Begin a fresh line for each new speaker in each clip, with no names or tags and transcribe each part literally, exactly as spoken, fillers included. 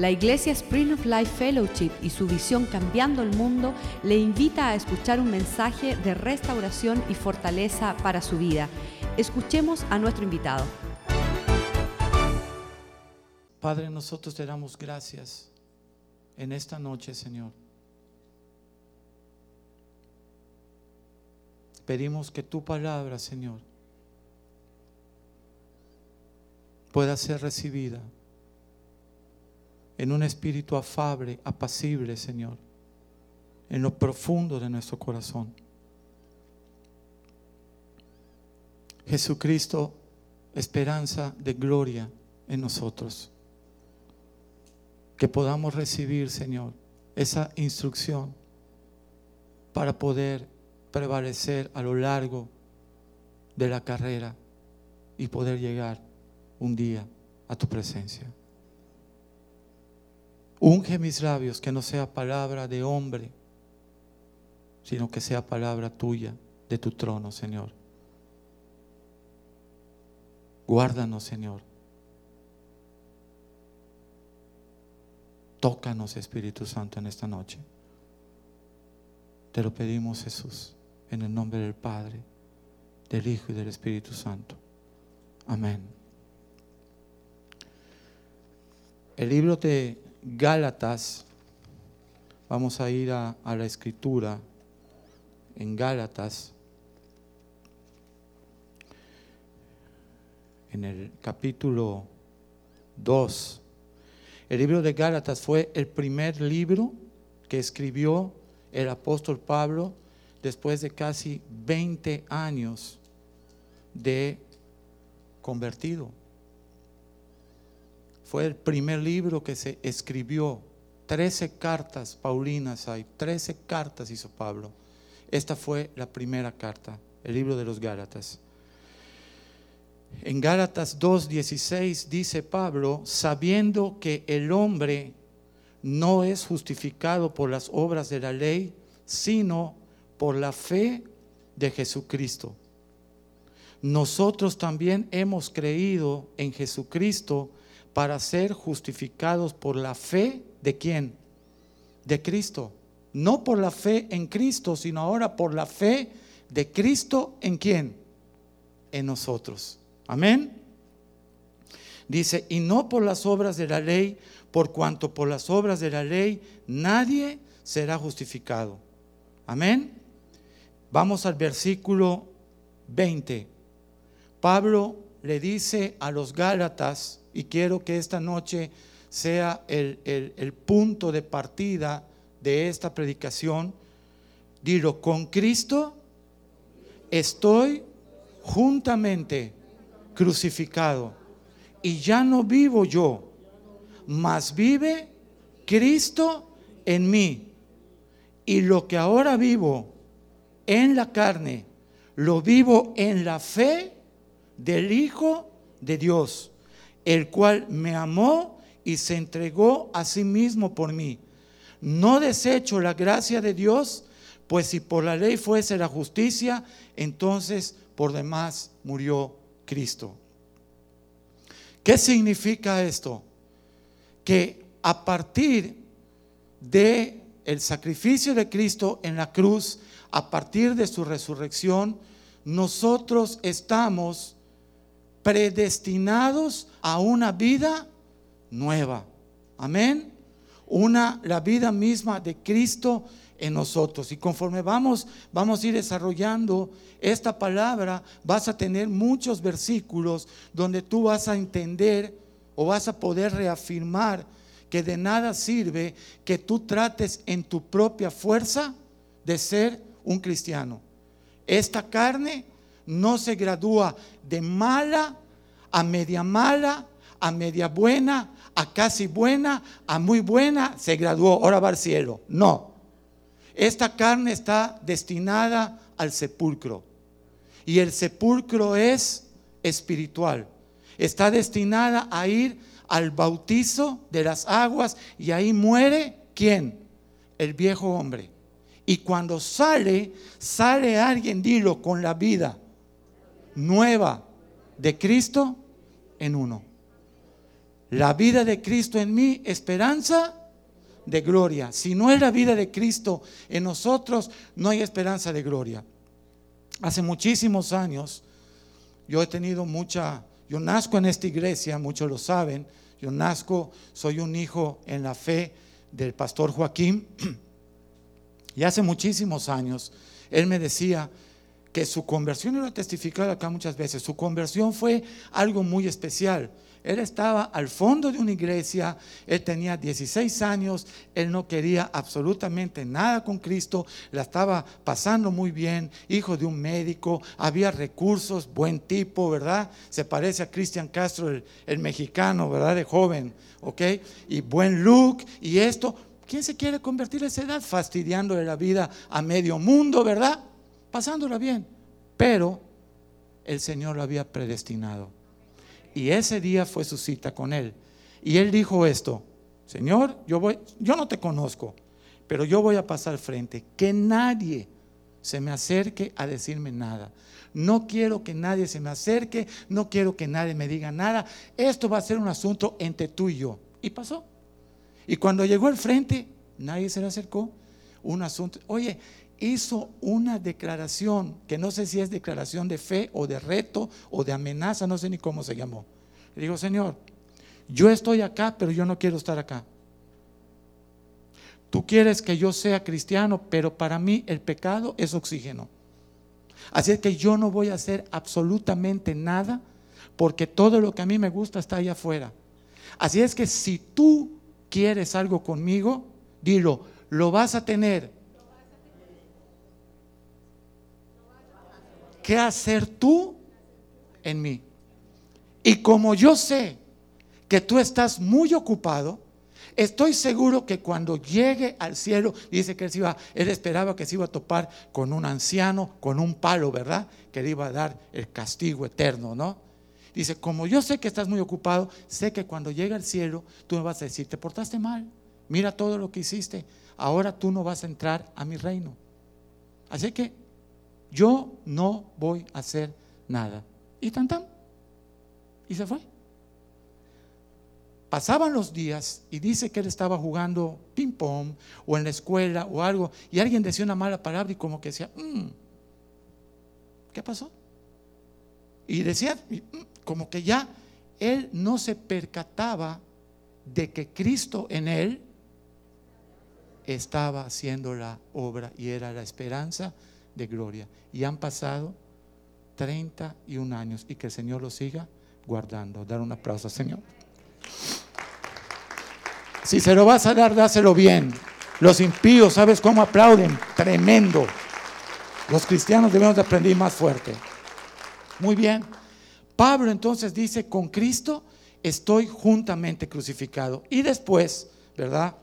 La Iglesia Spring of Life Fellowship y su visión Cambiando el Mundo le invita a escuchar un mensaje de restauración y fortaleza para su vida. Escuchemos a nuestro invitado.
Padre, nosotros te damos gracias en esta noche, Señor. Pedimos que tu palabra, Señor, pueda ser recibida en un espíritu afable, apacible, Señor, en lo profundo de nuestro corazón. Jesucristo, esperanza de gloria en nosotros. Que podamos recibir, Señor, esa instrucción para poder prevalecer a lo largo de la carrera y poder llegar un día a tu presencia. Unge mis labios, que no sea palabra de hombre, sino que sea palabra tuya, de tu trono, Señor. Guárdanos, Señor. Tócanos, Espíritu Santo, en esta noche. Te lo pedimos, Jesús, en el nombre del Padre, del Hijo y del Espíritu Santo. Amén. El libro de Gálatas, vamos a ir a, a la escritura en Gálatas, en el capítulo dos. El libro de Gálatas fue el primer libro que escribió el apóstol Pablo después de casi veinte años de convertido. Fue el primer libro que se escribió. Trece cartas paulinas hay, trece cartas hizo Pablo. Esta fue la primera carta, el libro de los Gálatas. En Gálatas dos dieciséis dice Pablo: sabiendo que el hombre no es justificado por las obras de la ley, sino por la fe de Jesucristo. Nosotros también hemos creído en Jesucristo para ser justificados por la fe de ¿quién? De Cristo. No por la fe en Cristo, sino ahora por la fe de Cristo en ¿quién? En nosotros. Amén. Dice: y no por las obras de la ley, por cuanto por las obras de la ley nadie será justificado. Amén. Vamos al versículo veinte. Pablo le dice a los Gálatas, y quiero que esta noche sea el, el, el punto de partida de esta predicación. Dilo: con Cristo estoy juntamente crucificado, y ya no vivo yo, mas vive Cristo en mí. Y lo que ahora vivo en la carne, lo vivo en la fe del Hijo de Dios, el cual me amó y se entregó a sí mismo por mí. No desecho la gracia de Dios, pues si por la ley fuese la justicia, entonces por demás murió Cristo. ¿Qué significa esto? Que a partir de el sacrificio de Cristo en la cruz, a partir de su resurrección, nosotros estamos predestinados a una vida nueva. Amén. Una, la vida misma de Cristo en nosotros. Y conforme vamos, vamos a ir desarrollando esta palabra, vas a tener muchos versículos donde tú vas a entender o vas a poder reafirmar que de nada sirve que tú trates en tu propia fuerza de ser un cristiano. Esta carne no se gradúa de mala a media mala, a media buena, a casi buena, a muy buena, se graduó, ahora va al cielo. No, esta carne está destinada al sepulcro, y el sepulcro es espiritual. Está destinada a ir al bautizo de las aguas, y ahí muere ¿quién? El viejo hombre. Y cuando sale, sale alguien, dilo, con la vida nueva de Cristo en uno. La vida de Cristo en mí, esperanza de gloria. Si no es la vida de Cristo en nosotros, no hay esperanza de gloria. Hace muchísimos años, yo he tenido mucha, yo nazco en esta iglesia, muchos lo saben, yo nazco, soy un hijo en la fe del pastor Joaquín, y hace muchísimos años, él me decía que su conversión, y lo he testificado acá muchas veces, su conversión fue algo muy especial. Él estaba al fondo de una iglesia, él tenía dieciséis años, él no quería absolutamente nada con Cristo, la estaba pasando muy bien, hijo de un médico, había recursos, buen tipo, ¿verdad? Se parece a Cristian Castro, el, el mexicano, ¿verdad? De joven, ¿ok? Y buen look y esto. ¿Quién se quiere convertir a esa edad? Fastidiándole la vida a medio mundo, ¿verdad? Pasándola bien. Pero el Señor lo había predestinado. Y ese día fue su cita con él. Y él dijo esto: Señor, yo voy, yo no te conozco, pero yo voy a pasar al frente. Que nadie se me acerque a decirme nada. No quiero que nadie se me acerque, no quiero que nadie me diga nada. Esto va a ser un asunto entre tú y yo. Y pasó. Y cuando llegó al frente, nadie se le acercó. Un asunto, oye, hizo una declaración que no sé si es declaración de fe o de reto o de amenaza, no sé ni cómo se llamó. Le digo: Señor, yo estoy acá, pero yo no quiero estar acá. Tú quieres que yo sea cristiano, pero para mí el pecado es oxígeno. Así es que yo no voy a hacer absolutamente nada, porque todo lo que a mí me gusta está allá afuera. Así es que si tú quieres algo conmigo, dilo, lo vas a tener. ¿Qué hacer tú en mí? Y como yo sé que tú estás muy ocupado, estoy seguro que cuando llegue al cielo, dice que él, se iba, él esperaba que se iba a topar con un anciano, con un palo, ¿verdad? Que le iba a dar el castigo eterno, ¿no? Dice: como yo sé que estás muy ocupado, sé que cuando llegue al cielo, tú me vas a decir: te portaste mal, mira todo lo que hiciste, ahora tú no vas a entrar a mi reino. Así que yo no voy a hacer nada. Y tan tan. Y se fue. Pasaban los días y dice que él estaba jugando ping pong o en la escuela o algo, y alguien decía una mala palabra y como que decía: mmm, ¿qué pasó? Y decía mmm, como que ya él no se percataba de que Cristo en él estaba haciendo la obra y era la esperanza de gloria. Y han pasado treinta y un años, y que el Señor lo siga guardando. Dar un aplauso al Señor. Si se lo vas a dar, dáselo bien. Los impíos, ¿sabes cómo aplauden? Tremendo. Los cristianos debemos de aprender más fuerte. Muy bien. Pablo entonces dice: con Cristo estoy juntamente crucificado. Y después, ¿verdad?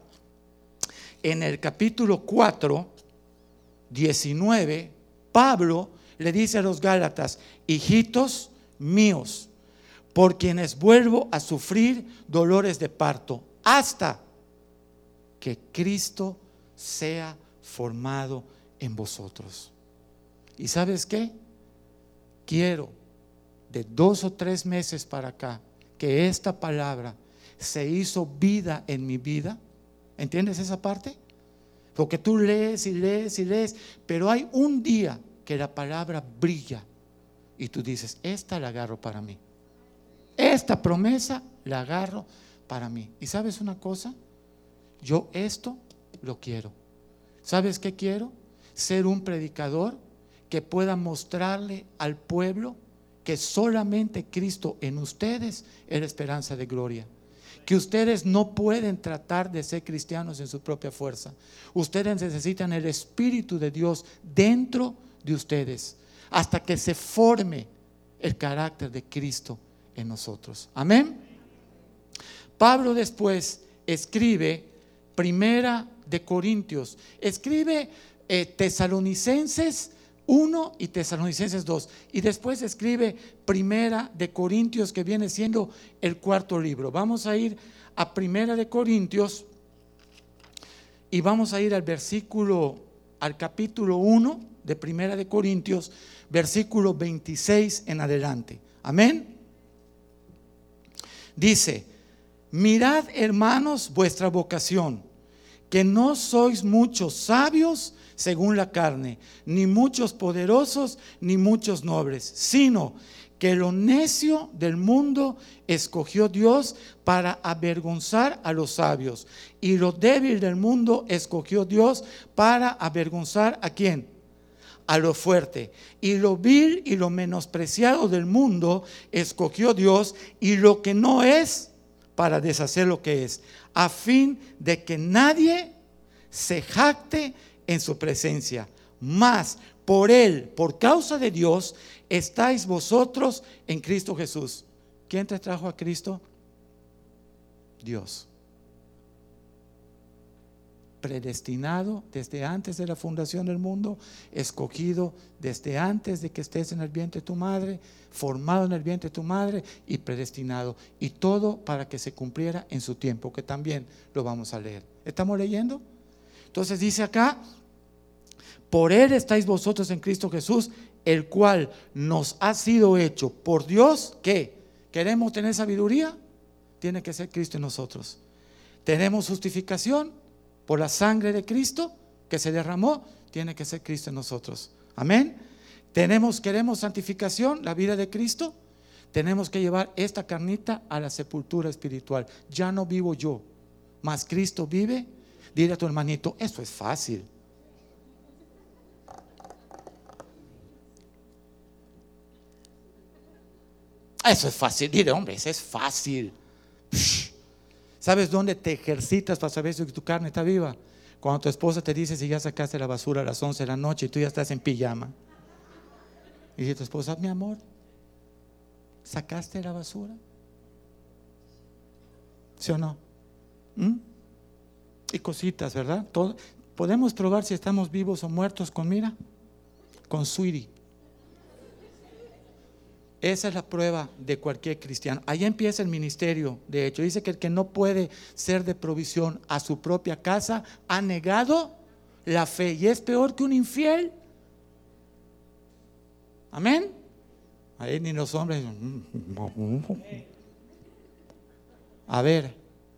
En el capítulo cuatro, diecinueve, Pablo le dice a los Gálatas: hijitos míos, por quienes vuelvo a sufrir dolores de parto, hasta que Cristo sea formado en vosotros. ¿Y sabes qué? Quiero de dos o tres meses para acá que esta palabra se hizo vida en mi vida. ¿Entiendes esa parte? Porque tú lees y lees y lees, pero hay un día que la palabra brilla y tú dices: esta la agarro para mí, esta promesa la agarro para mí. Y ¿sabes una cosa? Yo esto lo quiero. ¿Sabes qué quiero? Ser un predicador que pueda mostrarle al pueblo que solamente Cristo en ustedes es la esperanza de gloria. Que ustedes no pueden tratar de ser cristianos en su propia fuerza. Ustedes necesitan el Espíritu de Dios dentro de ustedes, hasta que se forme el carácter de Cristo en nosotros. Amén. Pablo después escribe Primera de Corintios, escribe eh, Tesalonicenses uno y Tesalonicenses dos, y después escribe Primera de Corintios, que viene siendo el cuarto libro. Vamos a ir a Primera de Corintios y vamos a ir al versículo, al capítulo uno de Primera de Corintios, versículo veintiséis en adelante. Amén. Dice: mirad, hermanos, vuestra vocación, que no sois muchos sabios según la carne, ni muchos poderosos, ni muchos nobles, sino que lo necio del mundo escogió Dios para avergonzar a los sabios, y lo débil del mundo escogió Dios para avergonzar ¿a quién? A lo fuerte. Y lo vil y lo menospreciado del mundo escogió Dios, y lo que no es, para deshacer lo que es, a fin de que nadie se jacte en su presencia. Mas por él, por causa de Dios, estáis vosotros en Cristo Jesús. ¿Quién te trajo a Cristo? Dios. Predestinado desde antes de la fundación del mundo, escogido desde antes de que estés en el vientre de tu madre, formado en el vientre de tu madre y predestinado, y todo para que se cumpliera en su tiempo, que también lo vamos a leer. ¿Estamos leyendo? Entonces dice acá, por él estáis vosotros en Cristo Jesús, el cual nos ha sido hecho por Dios. ¿Qué? ¿Queremos tener sabiduría? Tiene que ser Cristo en nosotros. ¿Tenemos justificación por la sangre de Cristo que se derramó? Tiene que ser Cristo en nosotros. Amén. ¿Tenemos, queremos santificación, la vida de Cristo? Tenemos que llevar esta carnita a la sepultura espiritual. Ya no vivo yo, mas Cristo vive. Dile a tu hermanito, eso es fácil. Eso es fácil. Dile, hombre, eso es fácil. ¿Sabes dónde te ejercitas para saber si tu carne está viva? Cuando tu esposa te dice si ya sacaste la basura a las once de la noche y tú ya estás en pijama. Y dice tu esposa, mi amor, ¿sacaste la basura? ¿Sí o no? ¿Mm? Y cositas, ¿verdad? Todo. Podemos probar si estamos vivos o muertos con, mira, con Sweetie. Esa es la prueba de cualquier cristiano. Ahí empieza el ministerio. De hecho, dice que el que no puede ser de provisión a su propia casa ha negado la fe y es peor que un infiel. Amén. Ahí ni los hombres. A ver.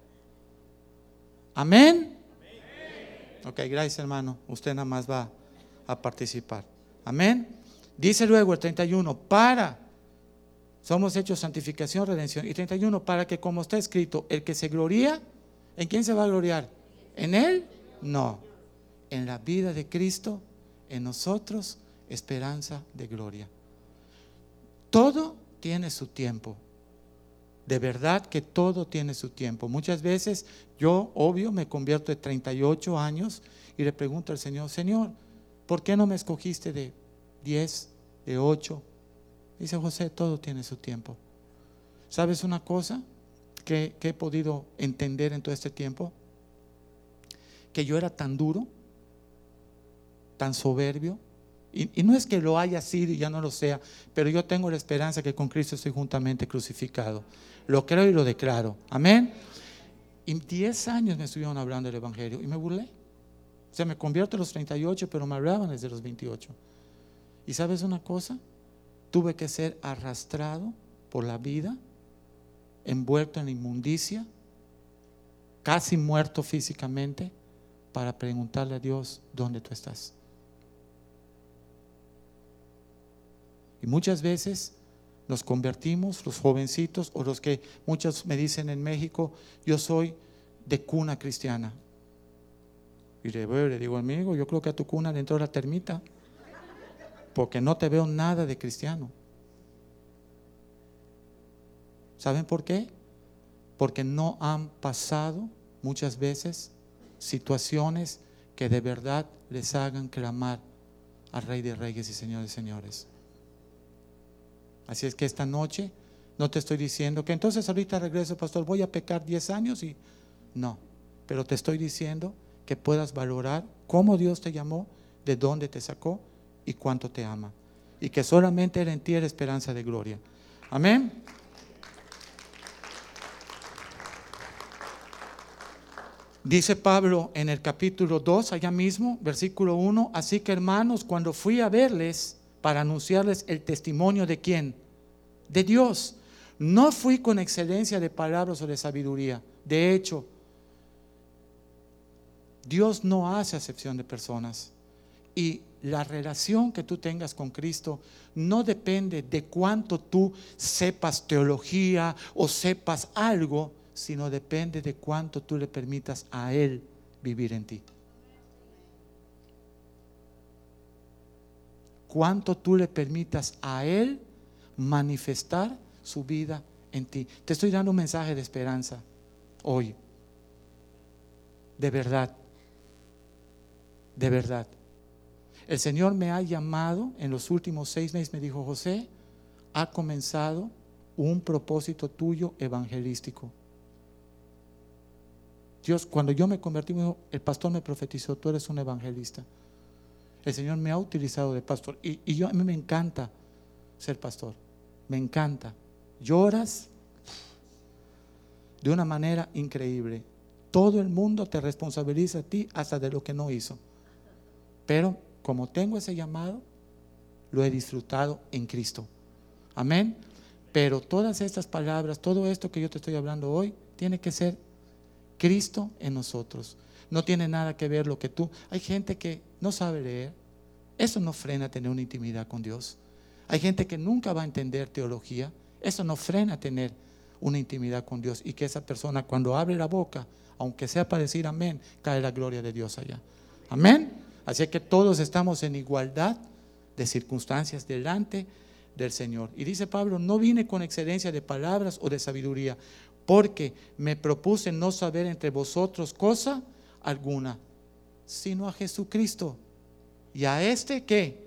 Amén. Ok, gracias hermano. Usted nada más va a participar. Amén. Dice luego el treinta y uno, para somos hechos santificación, redención. Y treinta y uno, para que como está escrito, el que se gloría, ¿en quién se va a gloriar? ¿En él? No. En la vida de Cristo, en nosotros, esperanza de gloria. Todo tiene su tiempo. De verdad que todo tiene su tiempo. Muchas veces yo, obvio, me convierto de treinta y ocho años y le pregunto al Señor, Señor, ¿por qué no me escogiste de diez, de ocho? Dice José, todo tiene su tiempo. ¿Sabes una cosa que, que he podido entender en todo este tiempo? Que yo era tan duro, tan soberbio, y, y no es que lo haya sido y ya no lo sea, pero yo tengo la esperanza que con Cristo estoy juntamente crucificado. Lo creo y lo declaro. Amén. Y diez años me estuvieron hablando del Evangelio y me burlé. O sea, me convierto a los treinta y ocho, pero me hablaban desde los veintiocho. ¿Y sabes una cosa? Tuve que ser arrastrado por la vida, envuelto en la inmundicia, casi muerto físicamente, para preguntarle a Dios, ¿dónde tú estás? Y muchas veces nos convertimos, los jovencitos, o los que muchos me dicen en México, yo soy de cuna cristiana. Y le, le digo, amigo, yo creo que a tu cuna le entró la termita, porque no te veo nada de cristiano. ¿Saben por qué? Porque no han pasado muchas veces situaciones que de verdad les hagan clamar al Rey de Reyes y Señor de Señores. Así es que esta noche no te estoy diciendo que entonces ahorita regreso, pastor, voy a pecar diez años y no, pero te estoy diciendo que puedas valorar cómo Dios te llamó, de dónde te sacó y cuánto te ama, y que solamente Él en ti era esperanza de gloria. Amén. Dice Pablo en el capítulo dos, allá mismo, versículo uno, así que hermanos, cuando fui a verles para anunciarles el testimonio de quién, de Dios, No fui con excelencia de palabras o de sabiduría. De hecho, Dios no hace acepción de personas. Y la relación que tú tengas con Cristo no depende de cuánto tú sepas teología o sepas algo, sino depende de cuánto tú le permitas a Él vivir en ti. Cuánto tú le permitas a Él manifestar su vida en ti. Te estoy dando un mensaje de esperanza hoy. De verdad. De verdad. El Señor me ha llamado en los últimos seis meses, me dijo: José, ha comenzado un propósito tuyo evangelístico. Dios, cuando yo me convertí, me dijo, el pastor me profetizó: tú eres un evangelista. El Señor me ha utilizado de pastor. Y, y yo, a mí me encanta ser pastor. Me encanta. Lloras de una manera increíble. Todo el mundo te responsabiliza a ti hasta de lo que no hizo. Pero como tengo ese llamado, lo he disfrutado en Cristo. Amén. Pero todas estas palabras, todo esto que yo te estoy hablando hoy, tiene que ser Cristo en nosotros. No tiene nada que ver lo que tú. Hay gente que no sabe leer. Eso no frena tener una intimidad con Dios. Hay gente que nunca va a entender teología. Eso no frena tener una intimidad con Dios. Y que esa persona, cuando abre la boca, aunque sea para decir amén, cae la gloria de Dios allá. Amén. Así que todos estamos en igualdad de circunstancias delante del Señor. Y dice Pablo: no vine con excelencia de palabras o de sabiduría, porque me propuse no saber entre vosotros cosa alguna, sino a Jesucristo, y a este ¿qué?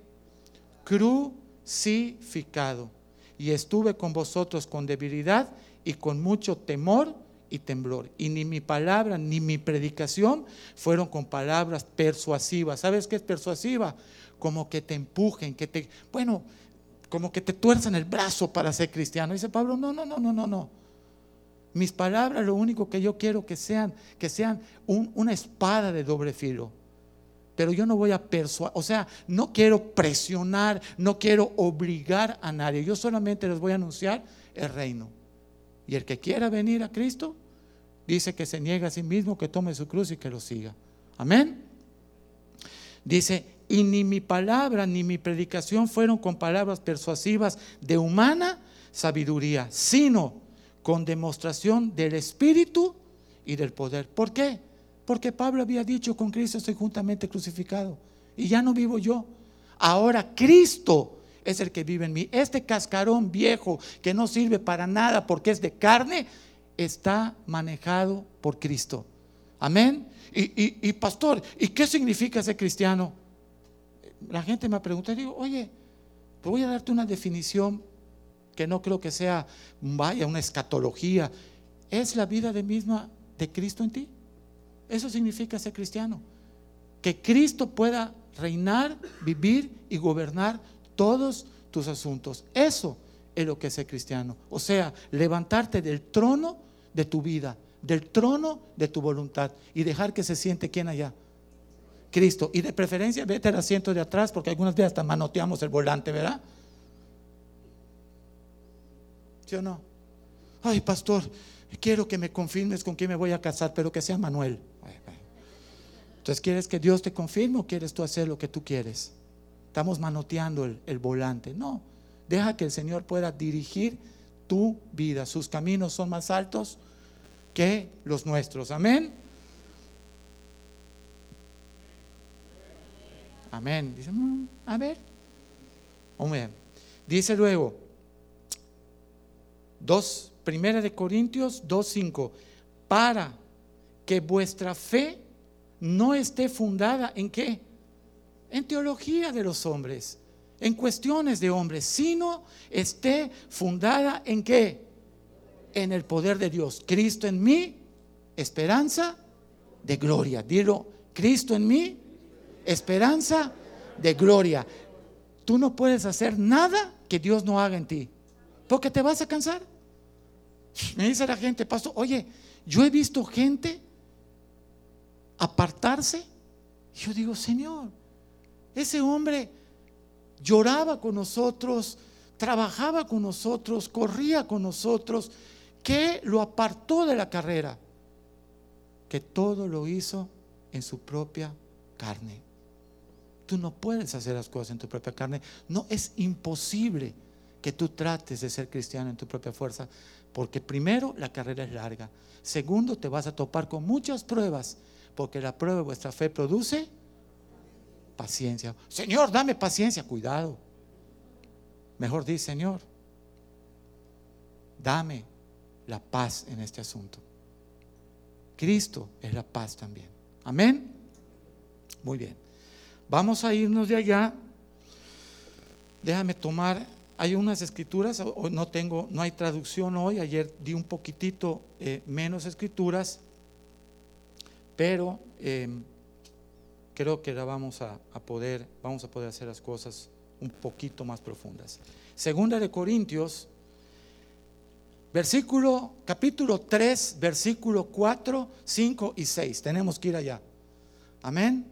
Crucificado. Y estuve con vosotros con debilidad y con mucho temor y temblor. Y ni mi palabra ni mi predicación fueron con palabras persuasivas. ¿Sabes qué es persuasiva? Como que te empujen, que te, bueno, como que te tuerzan el brazo para ser cristiano. Dice Pablo: no, no, no, no, no, no. Mis palabras, lo único que yo quiero que sean, que sean un, una espada de doble filo. Pero yo no voy a persuadir, o sea, no quiero presionar, no quiero obligar a nadie. Yo solamente les voy a anunciar el reino. Y el que quiera venir a Cristo, dice que se niegue a sí mismo, que tome su cruz y que lo siga. Amén. Dice: y ni mi palabra ni mi predicación fueron con palabras persuasivas de humana sabiduría, sino con demostración del Espíritu y del poder. ¿Por qué? Porque Pablo había dicho: con Cristo estoy juntamente crucificado y ya no vivo yo, ahora Cristo es el que vive en mí. Este cascarón viejo que no sirve para nada porque es de carne, está manejado por Cristo. Amén. Y, y, y pastor, ¿y qué significa ser cristiano? La gente me pregunta y digo: oye, pues voy a darte una definición que no creo que sea, vaya, una escatología. Es la vida de misma de Cristo en ti. Eso significa ser cristiano. Que Cristo pueda reinar, vivir y gobernar todos tus asuntos. Eso es lo que es ser cristiano. O sea, levantarte del trono de tu vida, del trono de tu voluntad, y dejar que se siente ¿quién allá? Cristo. Y de preferencia vete al asiento de atrás, porque algunas veces hasta manoteamos el volante, ¿verdad? ¿Sí o no? Ay, pastor, quiero que me confirmes con quién me voy a casar, pero que sea Manuel. Entonces, ¿quieres que Dios te confirme o quieres tú hacer lo que tú quieres? Estamos manoteando el, el volante. No, deja que el Señor pueda dirigir tu vida. Sus caminos son más altos que los nuestros. Amén. Amén. Dice, mm, a ver. Amén. Dice luego, dos, Primera de Corintios dos cinco, para que vuestra fe no esté fundada en ¿qué? En teología de los hombres, en cuestiones de hombres, sino esté fundada en ¿qué? En el poder de Dios. Cristo en mí, esperanza de gloria. Dilo: Cristo en mí, esperanza de gloria. Tú no puedes hacer nada que Dios no haga en ti, porque te vas a cansar. Me dice la gente: pastor, oye, yo he visto gente apartarse. Yo digo: Señor, ese hombre lloraba con nosotros, trabajaba con nosotros, corría con nosotros, ¿qué lo apartó de la carrera? Que todo lo hizo en su propia carne. Tú no puedes hacer las cosas en tu propia carne. No, es imposible que tú trates de ser cristiano en tu propia fuerza, porque primero, la carrera es larga. Segundo, te vas a topar con muchas pruebas, porque la prueba de vuestra fe produce paciencia. Señor, dame paciencia. Cuidado. Mejor di, Señor, dame la paz en este asunto. Cristo es la paz también. Amén. Muy bien. Vamos a irnos de allá. Déjame tomar, hay unas escrituras, hoy no tengo, no hay traducción hoy. Ayer di un poquitito eh, menos escrituras, pero eh, creo que la vamos a, a poder, vamos a poder hacer las cosas un poquito más profundas. Segunda de Corintios, versículo, capítulo tres, versículo cuatro, cinco y seis. Tenemos que ir allá. Amén.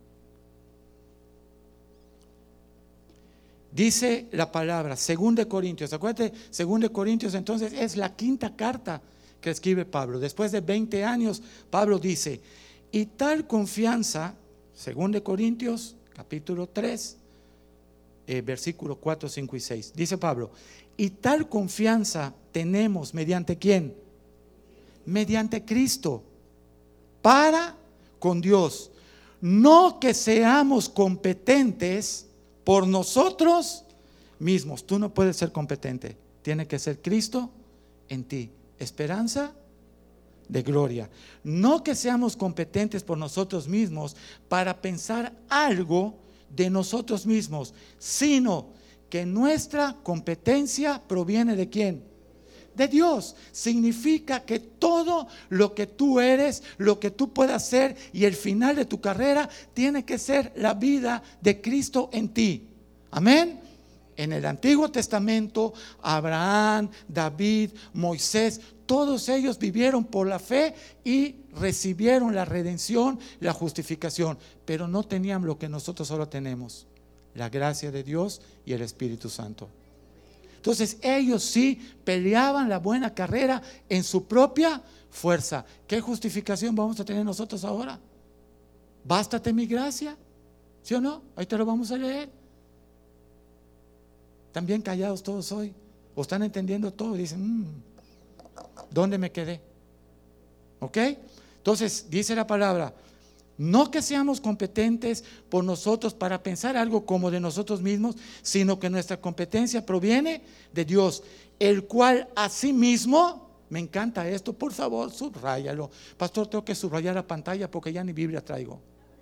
Dice la palabra, Segunda de Corintios, acuérdate, Segunda de Corintios entonces es la quinta carta que escribe Pablo. Después de veinte años, Pablo dice, y tal confianza, Segunda de Corintios, capítulo tres, eh, versículo cuatro, cinco y seis. Dice Pablo, y tal confianza tenemos mediante ¿quién? Mediante Cristo, para con Dios. No que seamos competentes por nosotros mismos. Tú no puedes ser competente. Tiene que ser Cristo en ti. Esperanza de gloria. No que seamos competentes por nosotros mismos para pensar algo de nosotros mismos, sino que nuestra competencia proviene de ¿quién? De Dios. Significa que todo lo que tú eres, lo que tú puedas ser y el final de tu carrera tiene que ser la vida de Cristo en ti. Amén. En el Antiguo Testamento, Abraham, David, Moisés, todos ellos vivieron por la fe y recibieron la redención, la justificación, pero no tenían lo que nosotros solo tenemos: la gracia de Dios y el Espíritu Santo. Entonces ellos sí peleaban la buena carrera en su propia fuerza. ¿Qué justificación vamos a tener nosotros ahora? Bástate mi gracia, ¿sí o no? Ahí te lo vamos a leer. ¿Están bien callados todos hoy? ¿O están entendiendo todo? Y dicen, mmm, ¿dónde me quedé? ¿Ok? Entonces dice la palabra, no que seamos competentes por nosotros para pensar algo como de nosotros mismos, sino que nuestra competencia proviene de Dios, el cual asimismo, me encanta esto, por favor, subráyalo. Pastor, tengo que subrayar la pantalla porque ya ni Biblia traigo.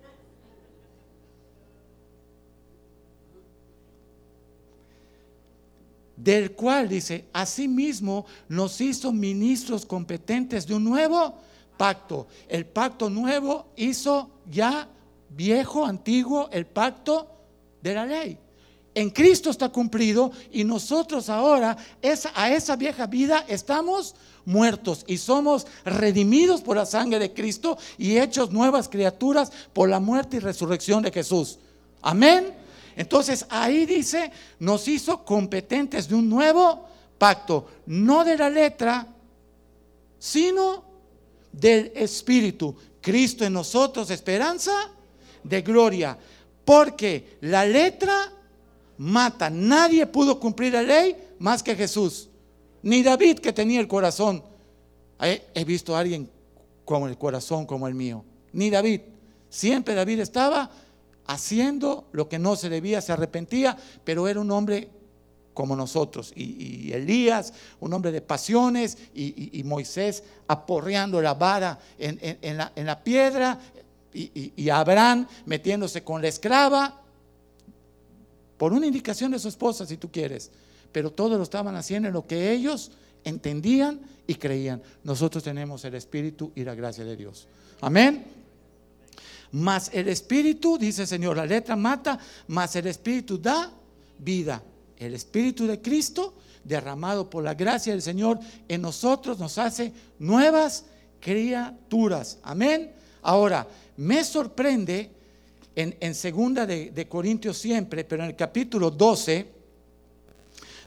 Del cual, dice, asimismo nos hizo ministros competentes de un nuevo pacto. El pacto nuevo hizo ya viejo, antiguo, el pacto de la ley. En Cristo está cumplido y nosotros ahora esa, a esa vieja vida estamos muertos y somos redimidos por la sangre de Cristo y hechos nuevas criaturas por la muerte y resurrección de Jesús. Amén. Entonces ahí dice, nos hizo competentes de un nuevo pacto, no de la letra, sino del Espíritu. Cristo en nosotros, esperanza de gloria. Porque la letra mata. Nadie pudo cumplir la ley más que Jesús. Ni David, que tenía el corazón. He, he visto a alguien con el corazón como el mío. Ni David. Siempre David estaba haciendo lo que no se debía, se arrepentía, pero era un hombre como nosotros. Y, y Elías, un hombre de pasiones, y, y, y Moisés aporreando la vara en, en, en, la, en la piedra, y, y, y Abraham metiéndose con la esclava, por una indicación de su esposa, si tú quieres. Pero todos lo estaban haciendo en lo que ellos entendían y creían. Nosotros tenemos el Espíritu y la gracia de Dios. Amén. Mas el Espíritu, dice el Señor, la letra mata, mas el Espíritu da vida. El Espíritu de Cristo, derramado por la gracia del Señor en nosotros, nos hace nuevas criaturas. Amén. Ahora, me sorprende en, en segunda de, de Corintios siempre, pero en el capítulo doce,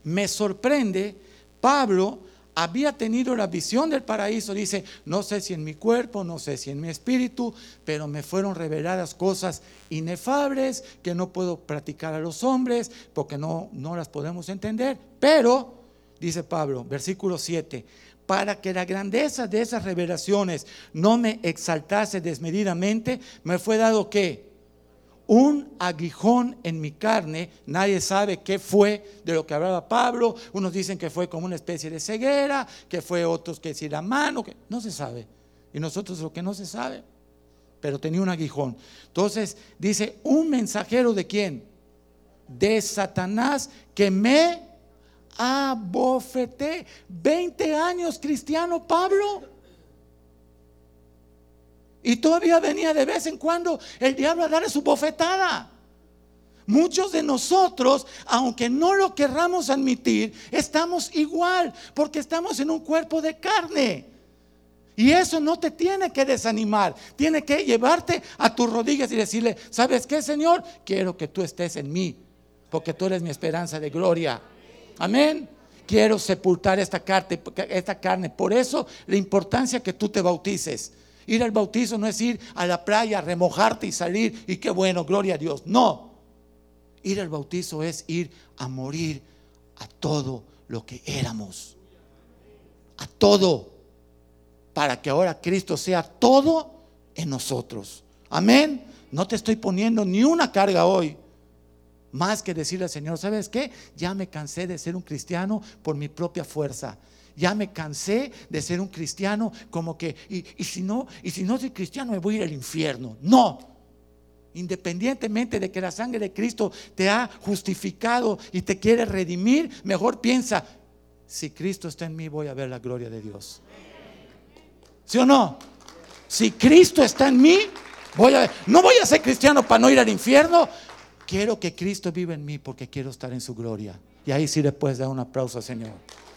me sorprende, Pablo había tenido la visión del paraíso. Dice, no sé si en mi cuerpo, no sé si en mi espíritu, pero me fueron reveladas cosas inefables que no puedo practicar a los hombres porque no, no las podemos entender. Pero, dice Pablo, versículo siete, para que la grandeza de esas revelaciones no me exaltase desmedidamente, me fue dado ¿qué? Un aguijón en mi carne. Nadie sabe qué fue de lo que hablaba Pablo. Unos dicen que fue como una especie de ceguera, que fue otros que si la mano, que no se sabe. Y nosotros lo que no se sabe, pero tenía un aguijón. Entonces dice, un mensajero ¿de quién? De Satanás, que me abofeté. veinte años cristiano Pablo, y todavía venía de vez en cuando el diablo a darle su bofetada. Muchos de nosotros, aunque no lo querramos admitir, estamos igual, porque estamos en un cuerpo de carne. Y eso no te tiene que desanimar, tiene que llevarte a tus rodillas y decirle, ¿sabes qué, Señor? Quiero que tú estés en mí, porque tú eres mi esperanza de gloria. Amén. Quiero sepultar esta carne, esta carne. Por eso la importancia que tú te bautices. Ir al bautizo no es ir a la playa, remojarte y salir y qué bueno, gloria a Dios. No, ir al bautizo es ir a morir a todo lo que éramos, a todo, para que ahora Cristo sea todo en nosotros. Amén. No te estoy poniendo ni una carga hoy, más que decirle al Señor, ¿sabes qué? Ya me cansé de ser un cristiano por mi propia fuerza. Ya me cansé de ser un cristiano como que, y, y si no, y si no soy cristiano me voy a ir al infierno. No, independientemente de que la sangre de Cristo te ha justificado y te quiere redimir, mejor piensa, si Cristo está en mí voy a ver la gloria de Dios. ¿Sí o no? Si Cristo está en mí, voy a ver. No voy a ser cristiano para no ir al infierno. Quiero que Cristo viva en mí porque quiero estar en su gloria. Y ahí sí le puedes dar un aplauso al Señor.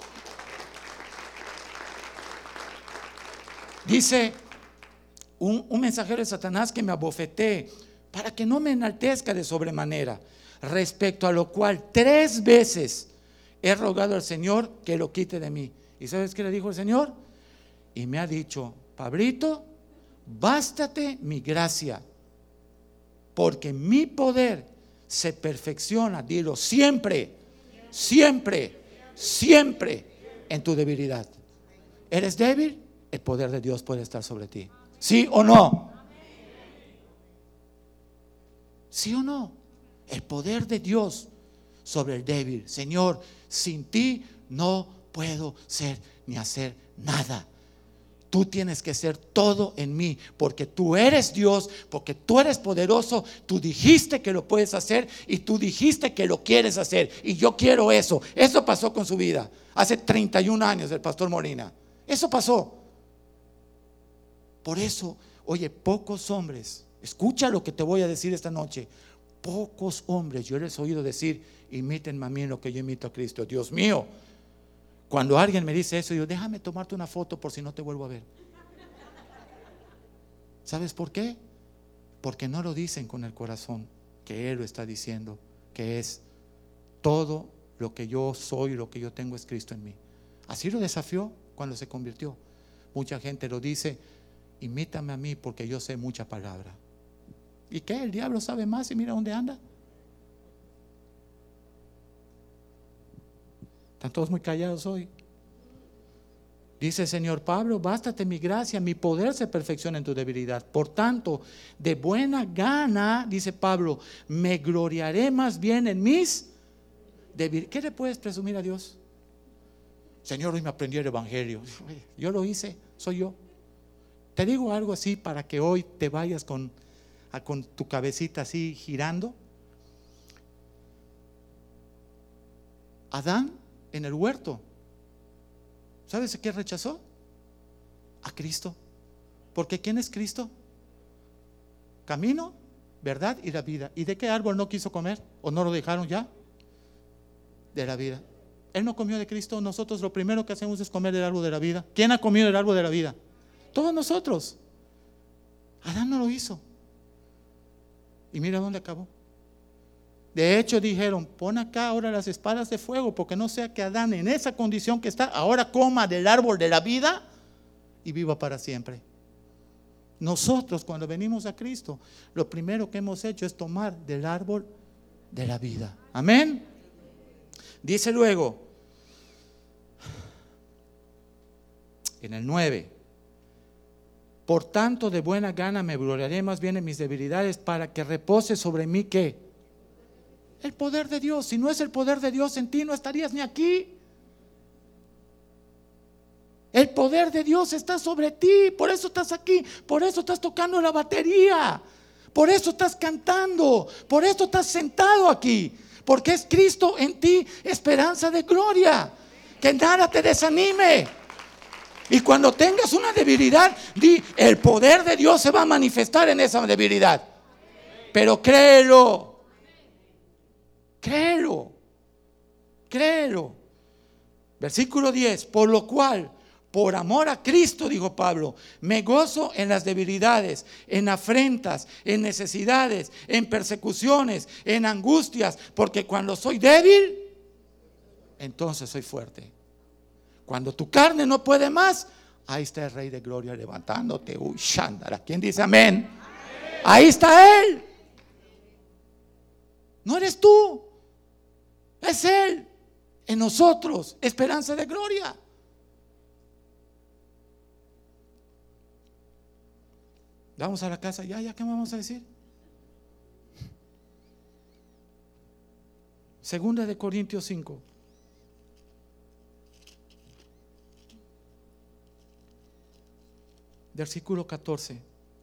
Dice un, un mensajero de Satanás que me abofeté para que no me enaltezca de sobremanera, respecto a lo cual tres veces he rogado al Señor que lo quite de mí. ¿Y sabes qué le dijo el Señor? Y me ha dicho, Pablito, bástate mi gracia, porque mi poder se perfecciona, dilo, siempre, siempre, siempre en tu debilidad. ¿Eres débil? El poder de Dios puede estar sobre ti. ¿Sí o no? ¿Sí o no? El poder de Dios sobre el débil. Señor, sin ti no puedo ser ni hacer nada. Tú tienes que ser todo en mí, porque tú eres Dios, porque tú eres poderoso. Tú dijiste que lo puedes hacer y tú dijiste que lo quieres hacer. Y yo quiero eso. Eso pasó con su vida hace treinta y un años, el pastor Molina. Eso pasó. Por eso, oye, pocos hombres, escucha lo que te voy a decir esta noche. Pocos hombres, yo les he oído decir, imítenme a mí en lo que yo imito a Cristo. Dios mío, cuando alguien me dice eso, yo déjame tomarte una foto por si no te vuelvo a ver. ¿Sabes por qué? Porque no lo dicen con el corazón, que Él lo está diciendo, que es todo lo que yo soy, lo que yo tengo es Cristo en mí. Así lo desafió cuando se convirtió. Mucha gente lo dice, imítame a mí porque yo sé mucha palabra. ¿Y qué? El diablo sabe más y mira dónde anda. Están todos muy callados hoy. Dice el Señor, Pablo, bástate mi gracia, mi poder se perfecciona en tu debilidad. Por tanto, de buena gana, dice Pablo, me gloriaré más bien en mis debilidades. ¿Qué le puedes presumir a Dios? Señor, hoy me aprendí el evangelio. Yo lo hice, soy yo. Te digo algo así para que hoy te vayas con, a, con tu cabecita así girando. Adán en el huerto, ¿sabes a qué rechazó? A Cristo. Porque ¿quién es Cristo? Camino, verdad y la vida. ¿Y de qué árbol no quiso comer? ¿O no lo dejaron ya? De la vida. Él no comió de Cristo. Nosotros lo primero que hacemos es comer del árbol de la vida. ¿Quién ha comido del árbol de la vida? Todos nosotros. Adán no lo hizo. Y mira dónde acabó. De hecho dijeron, pon acá ahora las espadas de fuego, porque no sea que Adán en esa condición que está, ahora coma del árbol de la vida y viva para siempre. Nosotros cuando venimos a Cristo, lo primero que hemos hecho es tomar del árbol de la vida. Amén. Dice luego, en el nueve, por tanto de buena gana me gloriaré más bien en mis debilidades, para que repose sobre mí ¿qué? El poder de Dios. Si no es el poder de Dios en ti, no estarías ni aquí. El poder de Dios está sobre ti, por eso estás aquí, por eso estás tocando la batería, por eso estás cantando, por eso estás sentado aquí, porque es Cristo en ti, esperanza de gloria. Que nada te desanime. Y cuando tengas una debilidad, di, el poder de Dios se va a manifestar en esa debilidad. Pero créelo. Créelo, créelo. Versículo diez, por lo cual, por amor a Cristo, dijo Pablo, me gozo en las debilidades, en afrentas, en necesidades, en persecuciones, en angustias, porque cuando soy débil, entonces soy fuerte. Cuando tu carne no puede más, ahí está el Rey de Gloria levantándote. Uy, Shandara. ¿Quién dice amén? Amén. Ahí está Él. No eres tú. Es Él en nosotros, esperanza de gloria. Vamos a la casa, ya, ya, ¿qué vamos a decir? Segunda de Corintios cinco. Versículo catorce.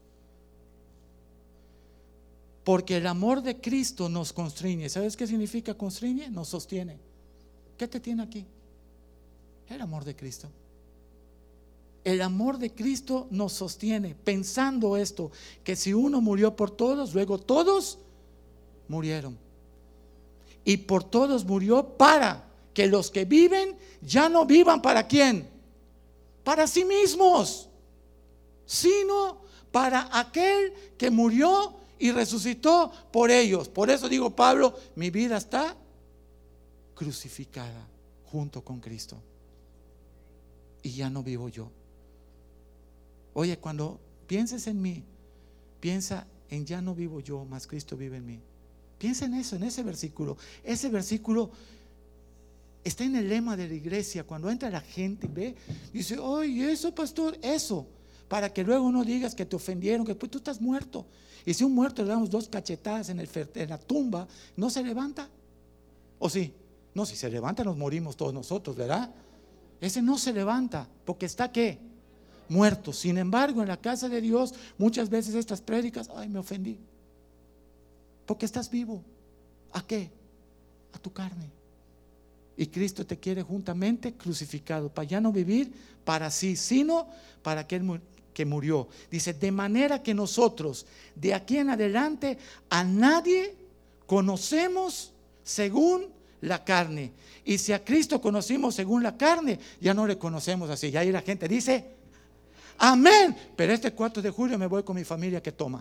Porque el amor de Cristo nos constriñe. ¿Sabes qué significa constriñe? Nos sostiene. ¿Qué te tiene aquí? El amor de Cristo. El amor de Cristo nos sostiene, pensando esto, que si uno murió por todos, luego todos murieron. Y por todos murió para que los que viven ya no vivan para quién, para sí mismos, sino para aquel que murió y resucitó por ellos. Por eso digo, Pablo, mi vida está crucificada junto con Cristo y ya no vivo yo. Oye, cuando pienses en mí, piensa en ya no vivo yo, más Cristo vive en mí. Piensa en eso, en ese versículo. Ese versículo está en el lema de la iglesia. Cuando entra la gente y ve, dice, oye, eso pastor, eso, para que luego no digas que te ofendieron, que pues tú estás muerto. Y si un muerto le damos dos cachetadas en, el, en la tumba, ¿no se levanta? ¿O sí? No, si se levanta nos morimos todos nosotros, ¿verdad? Ese no se levanta, porque está ¿qué? Muerto. Sin embargo, en la casa de Dios, muchas veces estas prédicas, ay, me ofendí. Porque estás vivo. ¿A qué? A tu carne. Y Cristo te quiere juntamente crucificado, para ya no vivir para sí, sino para aquel que murió. Dice, de manera que nosotros de aquí en adelante a nadie conocemos según la carne. Y si a Cristo conocimos según la carne, ya no le conocemos así. Y ahí la gente dice, amén. Pero este cuatro de julio me voy con mi familia que toma.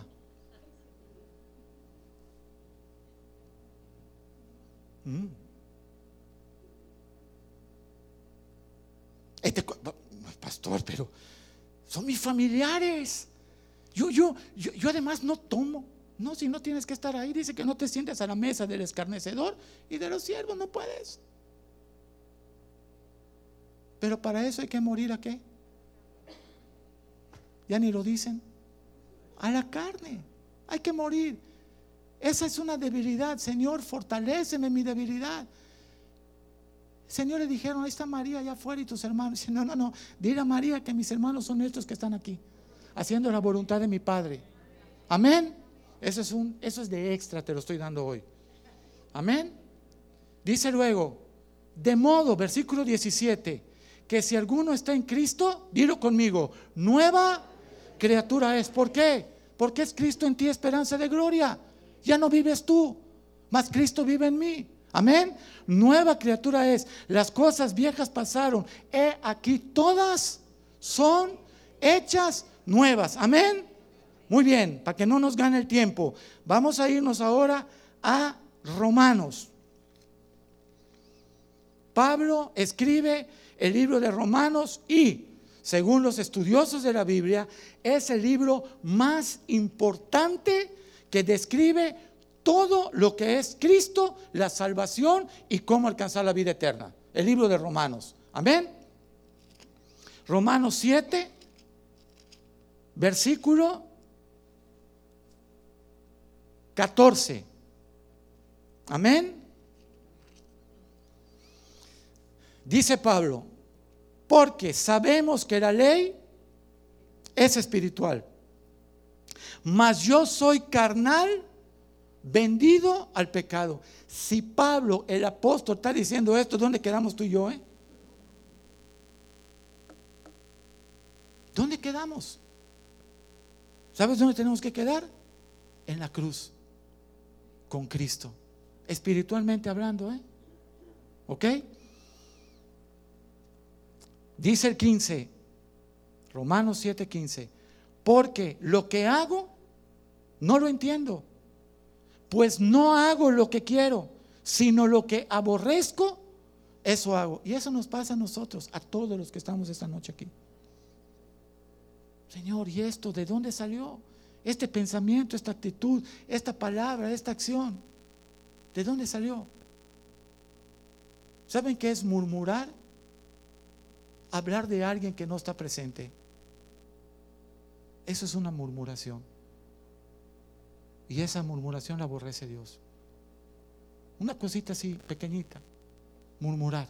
Mm. Este, pastor, pero son mis familiares. Yo, yo, yo, yo además no tomo. No, si no tienes que estar ahí. Dice que no te sientes a la mesa del escarnecedor y de los siervos, no puedes. Pero para eso hay que morir ¿a qué? Ya ni lo dicen. A la carne. Hay que morir. Esa es una debilidad. Señor, fortaléceme mi debilidad. Señor, le dijeron, ahí está María allá afuera y tus hermanos. Dice, no, no, no, dile a María que mis hermanos son estos que están aquí, haciendo la voluntad de mi Padre. Amén. Eso es, un, eso es de extra, te lo estoy dando hoy. Amén. Dice luego, de modo, versículo diecisiete, que si alguno está en Cristo, dilo conmigo, nueva criatura es. ¿Por qué? Porque es Cristo en ti, esperanza de gloria. Ya no vives tú, mas Cristo vive en mí. Amén. Nueva criatura es. Las cosas viejas pasaron. He aquí todas son hechas nuevas. Amén. Muy bien, para que no nos gane el tiempo, vamos a irnos ahora a Romanos. Pablo escribe el libro de Romanos y, según los estudiosos de la Biblia, es el libro más importante que describe todo lo que es Cristo, la salvación y cómo alcanzar la vida eterna. El libro de Romanos. Amén. Romanos siete, versículo catorce. Amén. Dice Pablo, porque sabemos que la ley es espiritual, mas yo soy carnal, vendido al pecado. Si Pablo, el apóstol, está diciendo esto, ¿dónde quedamos tú y yo? Eh? ¿Dónde quedamos? ¿Sabes dónde tenemos que quedar? En la cruz, con Cristo, espiritualmente hablando, ¿eh? ¿Ok? Dice el quince, Romanos siete quince, porque lo que hago no lo entiendo, pues no hago lo que quiero, sino lo que aborrezco, eso hago. Y eso nos pasa a nosotros, a todos los que estamos esta noche aquí. Señor, ¿y esto de dónde salió? Este pensamiento, esta actitud, esta palabra, esta acción, ¿de dónde salió? ¿Saben qué es murmurar? Hablar de alguien que no está presente. Eso es una murmuración. Y esa murmuración la aborrece Dios. Una cosita así, pequeñita. Murmurar.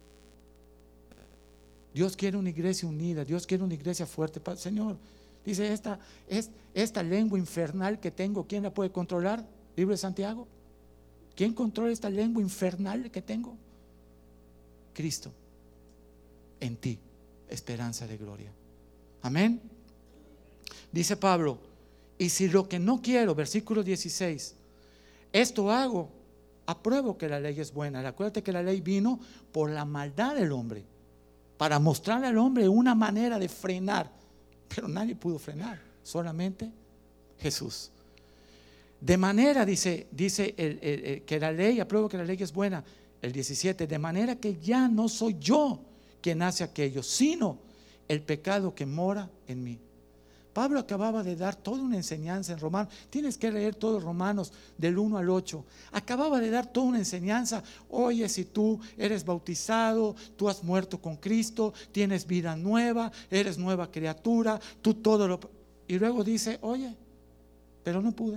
Dios quiere una iglesia unida. Dios quiere una iglesia fuerte. Señor, dice, esta, es, esta lengua infernal que tengo, ¿quién la puede controlar? Libro de Santiago. ¿Quién controla esta lengua infernal que tengo? Cristo. En ti, esperanza de gloria. Amén. Dice Pablo, y si lo que no quiero, versículo dieciséis, esto hago, apruebo que la ley es buena. Acuérdate que la ley vino por la maldad del hombre, para mostrarle al hombre una manera de frenar, pero nadie pudo frenar, solamente Jesús. De manera, dice, dice el, el, el, que la ley, apruebo que la ley es buena, el diecisiete, de manera que ya no soy yo quien hace aquello, sino el pecado que mora en mí. Pablo acababa de dar toda una enseñanza en Romanos. Tienes que leer todos Romanos del uno al ocho. Acababa de dar toda una enseñanza. Oye, si tú eres bautizado, tú has muerto con Cristo, tienes vida nueva, eres nueva criatura, tú todo lo... Y luego dice, oye, pero no pude.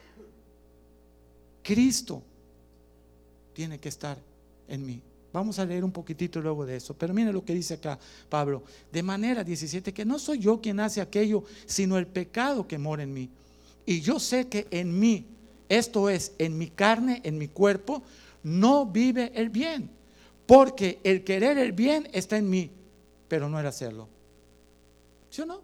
Cristo tiene que estar en mí. Vamos a leer un poquitito luego de eso, pero mire lo que dice acá Pablo, de manera diecisiete, que no soy yo quien hace aquello, sino el pecado que mora en mí. Y yo sé que en mí, esto es, en mi carne, en mi cuerpo, no vive el bien, porque el querer el bien está en mí, pero no el hacerlo. ¿Sí o no?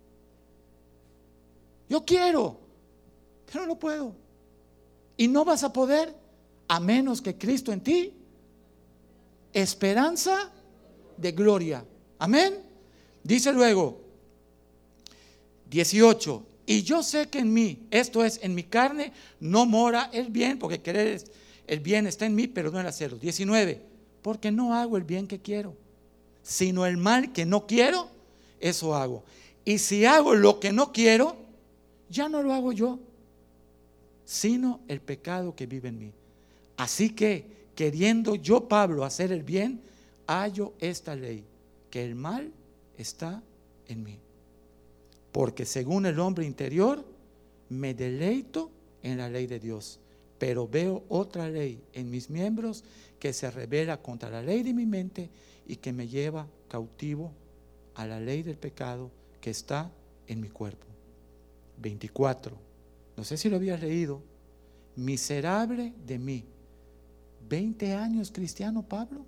Yo quiero, pero no puedo. Y no vas a poder a menos que Cristo en ti, esperanza de gloria. Amén. Dice luego dieciocho, y yo sé que en mí, esto es, en mi carne, no mora el bien, porque querer el bien está en mí, pero no el hacerlo. diecinueve, porque no hago el bien que quiero, sino el mal que no quiero, eso hago. Y si hago lo que no quiero, ya no lo hago yo, sino el pecado que vive en mí. Así que, queriendo yo, Pablo, hacer el bien, hallo esta ley, que el mal está en mí. Porque según el hombre interior, me deleito en la ley de Dios, pero veo otra ley en mis miembros que se rebela contra la ley de mi mente y que me lleva cautivo a la ley del pecado que está en mi cuerpo. veinticuatro, no sé si lo habías leído. Miserable de mí. veinte años cristiano Pablo,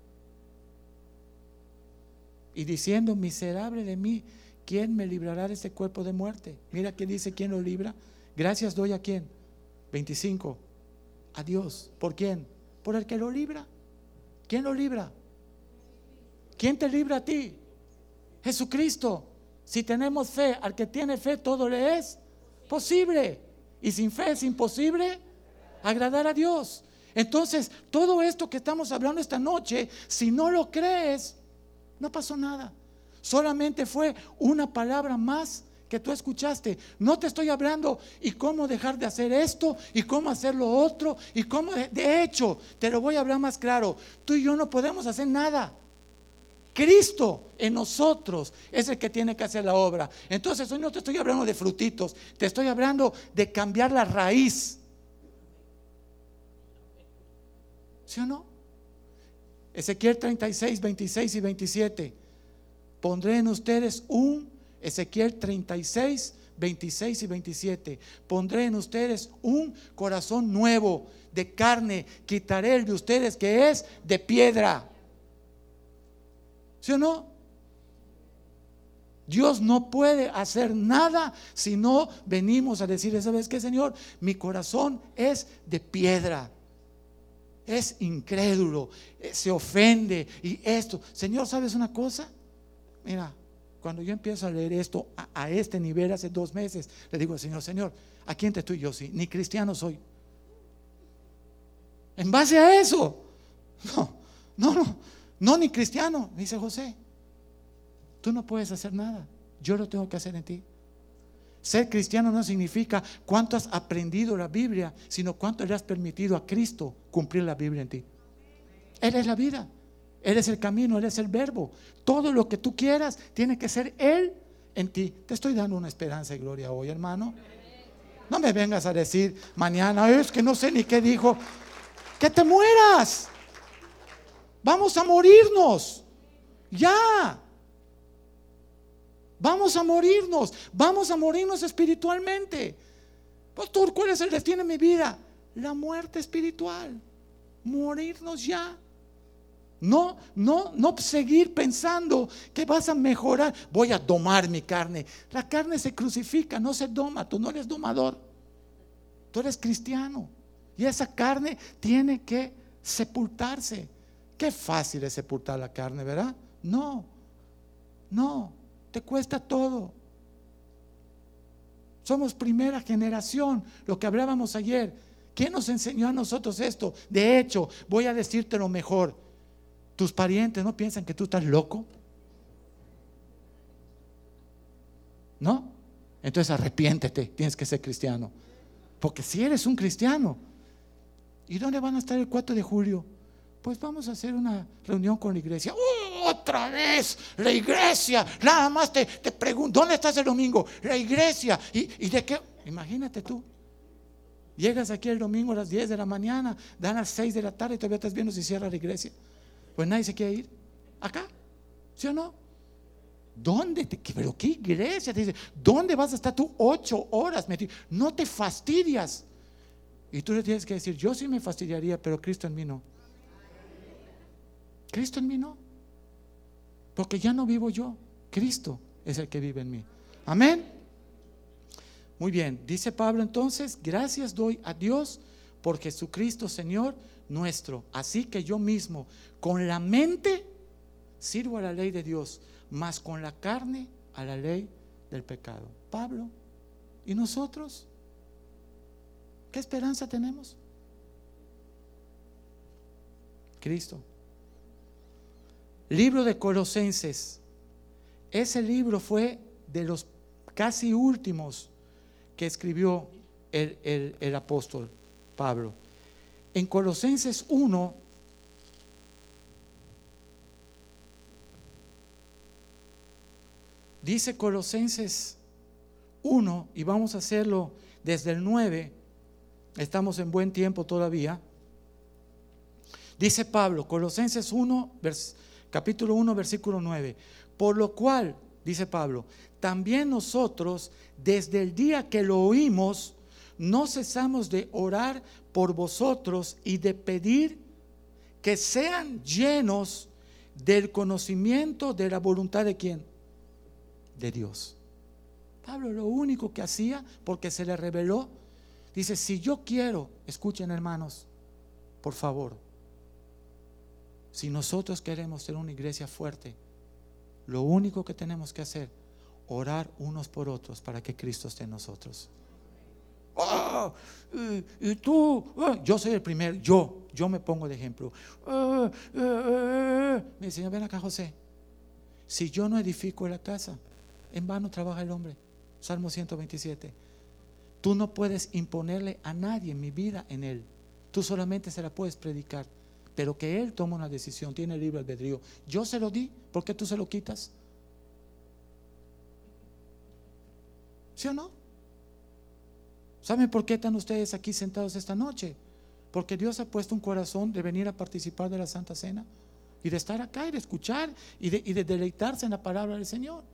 y diciendo, miserable de mí, ¿quién me librará de este cuerpo de muerte? Mira que dice, ¿quién lo libra? Gracias doy a quién. veinticinco, a Dios. ¿Por quién? Por el que lo libra. ¿Quién lo libra? ¿Quién te libra a ti? Jesucristo. Si tenemos fe, al que tiene fe todo le es posible, y sin fe es imposible agradar a Dios. Entonces, todo esto que estamos hablando esta noche, si no lo crees, no pasó nada. Solamente fue una palabra más que tú escuchaste. No te estoy hablando y cómo dejar de hacer esto y cómo hacer lo otro y cómo, de, de hecho, te lo voy a hablar más claro. Tú y yo no podemos hacer nada. Cristo en nosotros es el que tiene que hacer la obra. Entonces hoy no te estoy hablando de frutitos, te estoy hablando de cambiar la raíz. ¿Sí o no? Ezequiel treinta y seis, veintiséis y veintisiete. Pondré en ustedes un, Ezequiel treinta y seis, veintiséis y veintisiete. Pondré en ustedes un corazón nuevo de carne, quitaré el de ustedes que es de piedra. ¿Sí o no? Dios no puede hacer nada si no venimos a decir, ¿sabes qué, Señor? Mi corazón es de piedra. Es incrédulo, se ofende y esto. Señor, ¿sabes una cosa? Mira, cuando yo empiezo a leer esto a, a este nivel hace dos meses, le digo al Señor, Señor, ¿a quién te estoy yo? Sí, ni cristiano soy. En base a eso, no, no, no, no, ni cristiano. Me dice José, tú no puedes hacer nada, yo lo tengo que hacer en ti. Ser cristiano no significa cuánto has aprendido la Biblia, sino cuánto le has permitido a Cristo cumplir la Biblia en ti. Él es la vida, Él es el camino, Él es el verbo. Todo lo que tú quieras tiene que ser Él en ti. Te estoy dando una esperanza y gloria hoy, hermano. No me vengas a decir mañana, es que no sé ni qué dijo. Que te mueras. Vamos a morirnos. Ya. Vamos a morirnos, vamos a morirnos espiritualmente. Pastor, ¿cuál es el destino de mi vida? La muerte espiritual, morirnos ya. No, no, no seguir pensando que vas a mejorar. Voy a domar mi carne. La carne se crucifica, no se doma. Tú no eres domador, tú eres cristiano. Y esa carne tiene que sepultarse. Qué fácil es sepultar la carne, ¿verdad? No, no. Te cuesta todo. Somos primera generación, lo que hablábamos ayer. ¿Quién nos enseñó a nosotros esto? De hecho, voy a decirte lo mejor. Tus parientes no piensan que tú estás loco, ¿no? Entonces arrepiéntete, tienes que ser cristiano. Porque si eres un cristiano, ¿y dónde van a estar el cuatro de julio? Pues vamos a hacer una reunión con la iglesia. ¡Oh, otra vez! La iglesia. Nada más te, te pregunto, ¿dónde estás el domingo? La iglesia. ¿Y, y de qué? Imagínate tú. Llegas aquí el domingo a las diez de la mañana, dan a las seis de la tarde y todavía estás viendo si cierra la iglesia. Pues nadie se quiere ir. ¿Acá? ¿Sí o no? ¿Dónde? Te, ¿Pero qué iglesia? Te dice, ¿dónde vas a estar tú ocho horas metido? No te fastidias. Y tú le tienes que decir, yo sí me fastidiaría, pero Cristo en mí no. Cristo en mí no, porque ya no vivo yo, Cristo es el que vive en mí. Amén. Muy bien, dice Pablo entonces, gracias doy a Dios por Jesucristo Señor nuestro. Así que yo mismo con la mente sirvo a la ley de Dios, mas con la carne a la ley del pecado. Pablo, ¿y nosotros? ¿Qué esperanza tenemos? Cristo. Libro de Colosenses. Ese libro fue de los casi últimos que escribió el, el, el apóstol Pablo. En Colosenses uno, dice Colosenses uno, y vamos a hacerlo desde el nueve, estamos en buen tiempo todavía. Dice Pablo, Colosenses uno, vers, capítulo uno, versículo nueve. Por lo cual, dice Pablo, también nosotros, desde el día que lo oímos, no cesamos de orar por vosotros y de pedir que sean llenos del conocimiento de la voluntad de ¿quién? De Dios. Pablo lo único que hacía, porque se le reveló, dice, si yo quiero, escuchen hermanos, por favor, si nosotros queremos ser una iglesia fuerte, lo único que tenemos que hacer, orar unos por otros para que Cristo esté en nosotros. ¡Oh! oh, y, y tú, oh. Yo soy el primero, yo, yo me pongo de ejemplo. Oh, oh, oh. Me dice, ven acá, José, si yo no edifico la casa, en vano trabaja el hombre. Salmo ciento veintisiete. Tú no puedes imponerle a nadie mi vida en él. Tú solamente se la puedes predicar, pero que él toma una decisión, tiene libre albedrío. Yo se lo di, ¿por qué tú se lo quitas? ¿Sí o no? ¿Saben por qué están ustedes aquí sentados esta noche? Porque Dios ha puesto un corazón de venir a participar de la Santa Cena y de estar acá y de escuchar y de, y de deleitarse en la palabra del Señor.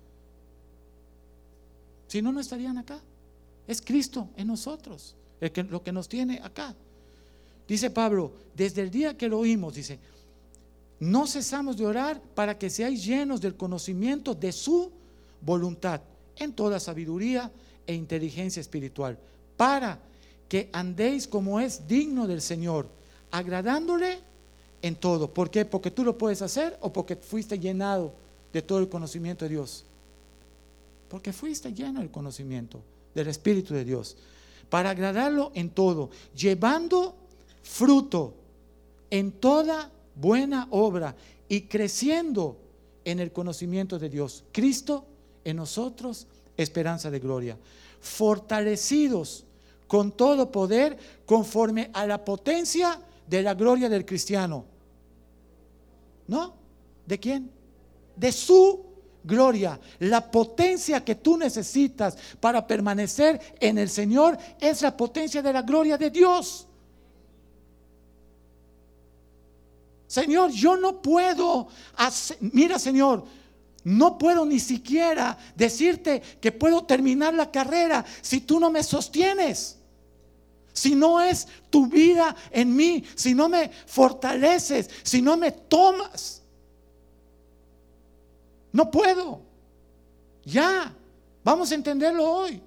Si no, no estarían acá. Es Cristo en nosotros el que, lo que nos tiene acá. Dice Pablo, desde el día que lo oímos, dice, no cesamos de orar para que seáis llenos del conocimiento de su voluntad en toda sabiduría e inteligencia espiritual, para que andéis como es digno del Señor, agradándole en todo. ¿Por qué? Porque tú lo puedes hacer o porque fuiste llenado de todo el conocimiento de Dios. Porque fuiste lleno del conocimiento del Espíritu de Dios, para agradarlo en todo, llevando fruto en toda buena obra y creciendo en el conocimiento de Dios. Cristo en nosotros, esperanza de gloria, fortalecidos con todo poder conforme a la potencia de la gloria del cristiano. ¿No? ¿De quién? De su gloria. La potencia que tú necesitas para permanecer en el Señor es la potencia de la gloria de Dios. Señor, yo no puedo hacer, mira, Señor, no puedo ni siquiera decirte que puedo terminar la carrera si tú no me sostienes. Si no es tu vida en mí, si no me fortaleces, si no me tomas, no puedo. Ya, vamos a entenderlo hoy.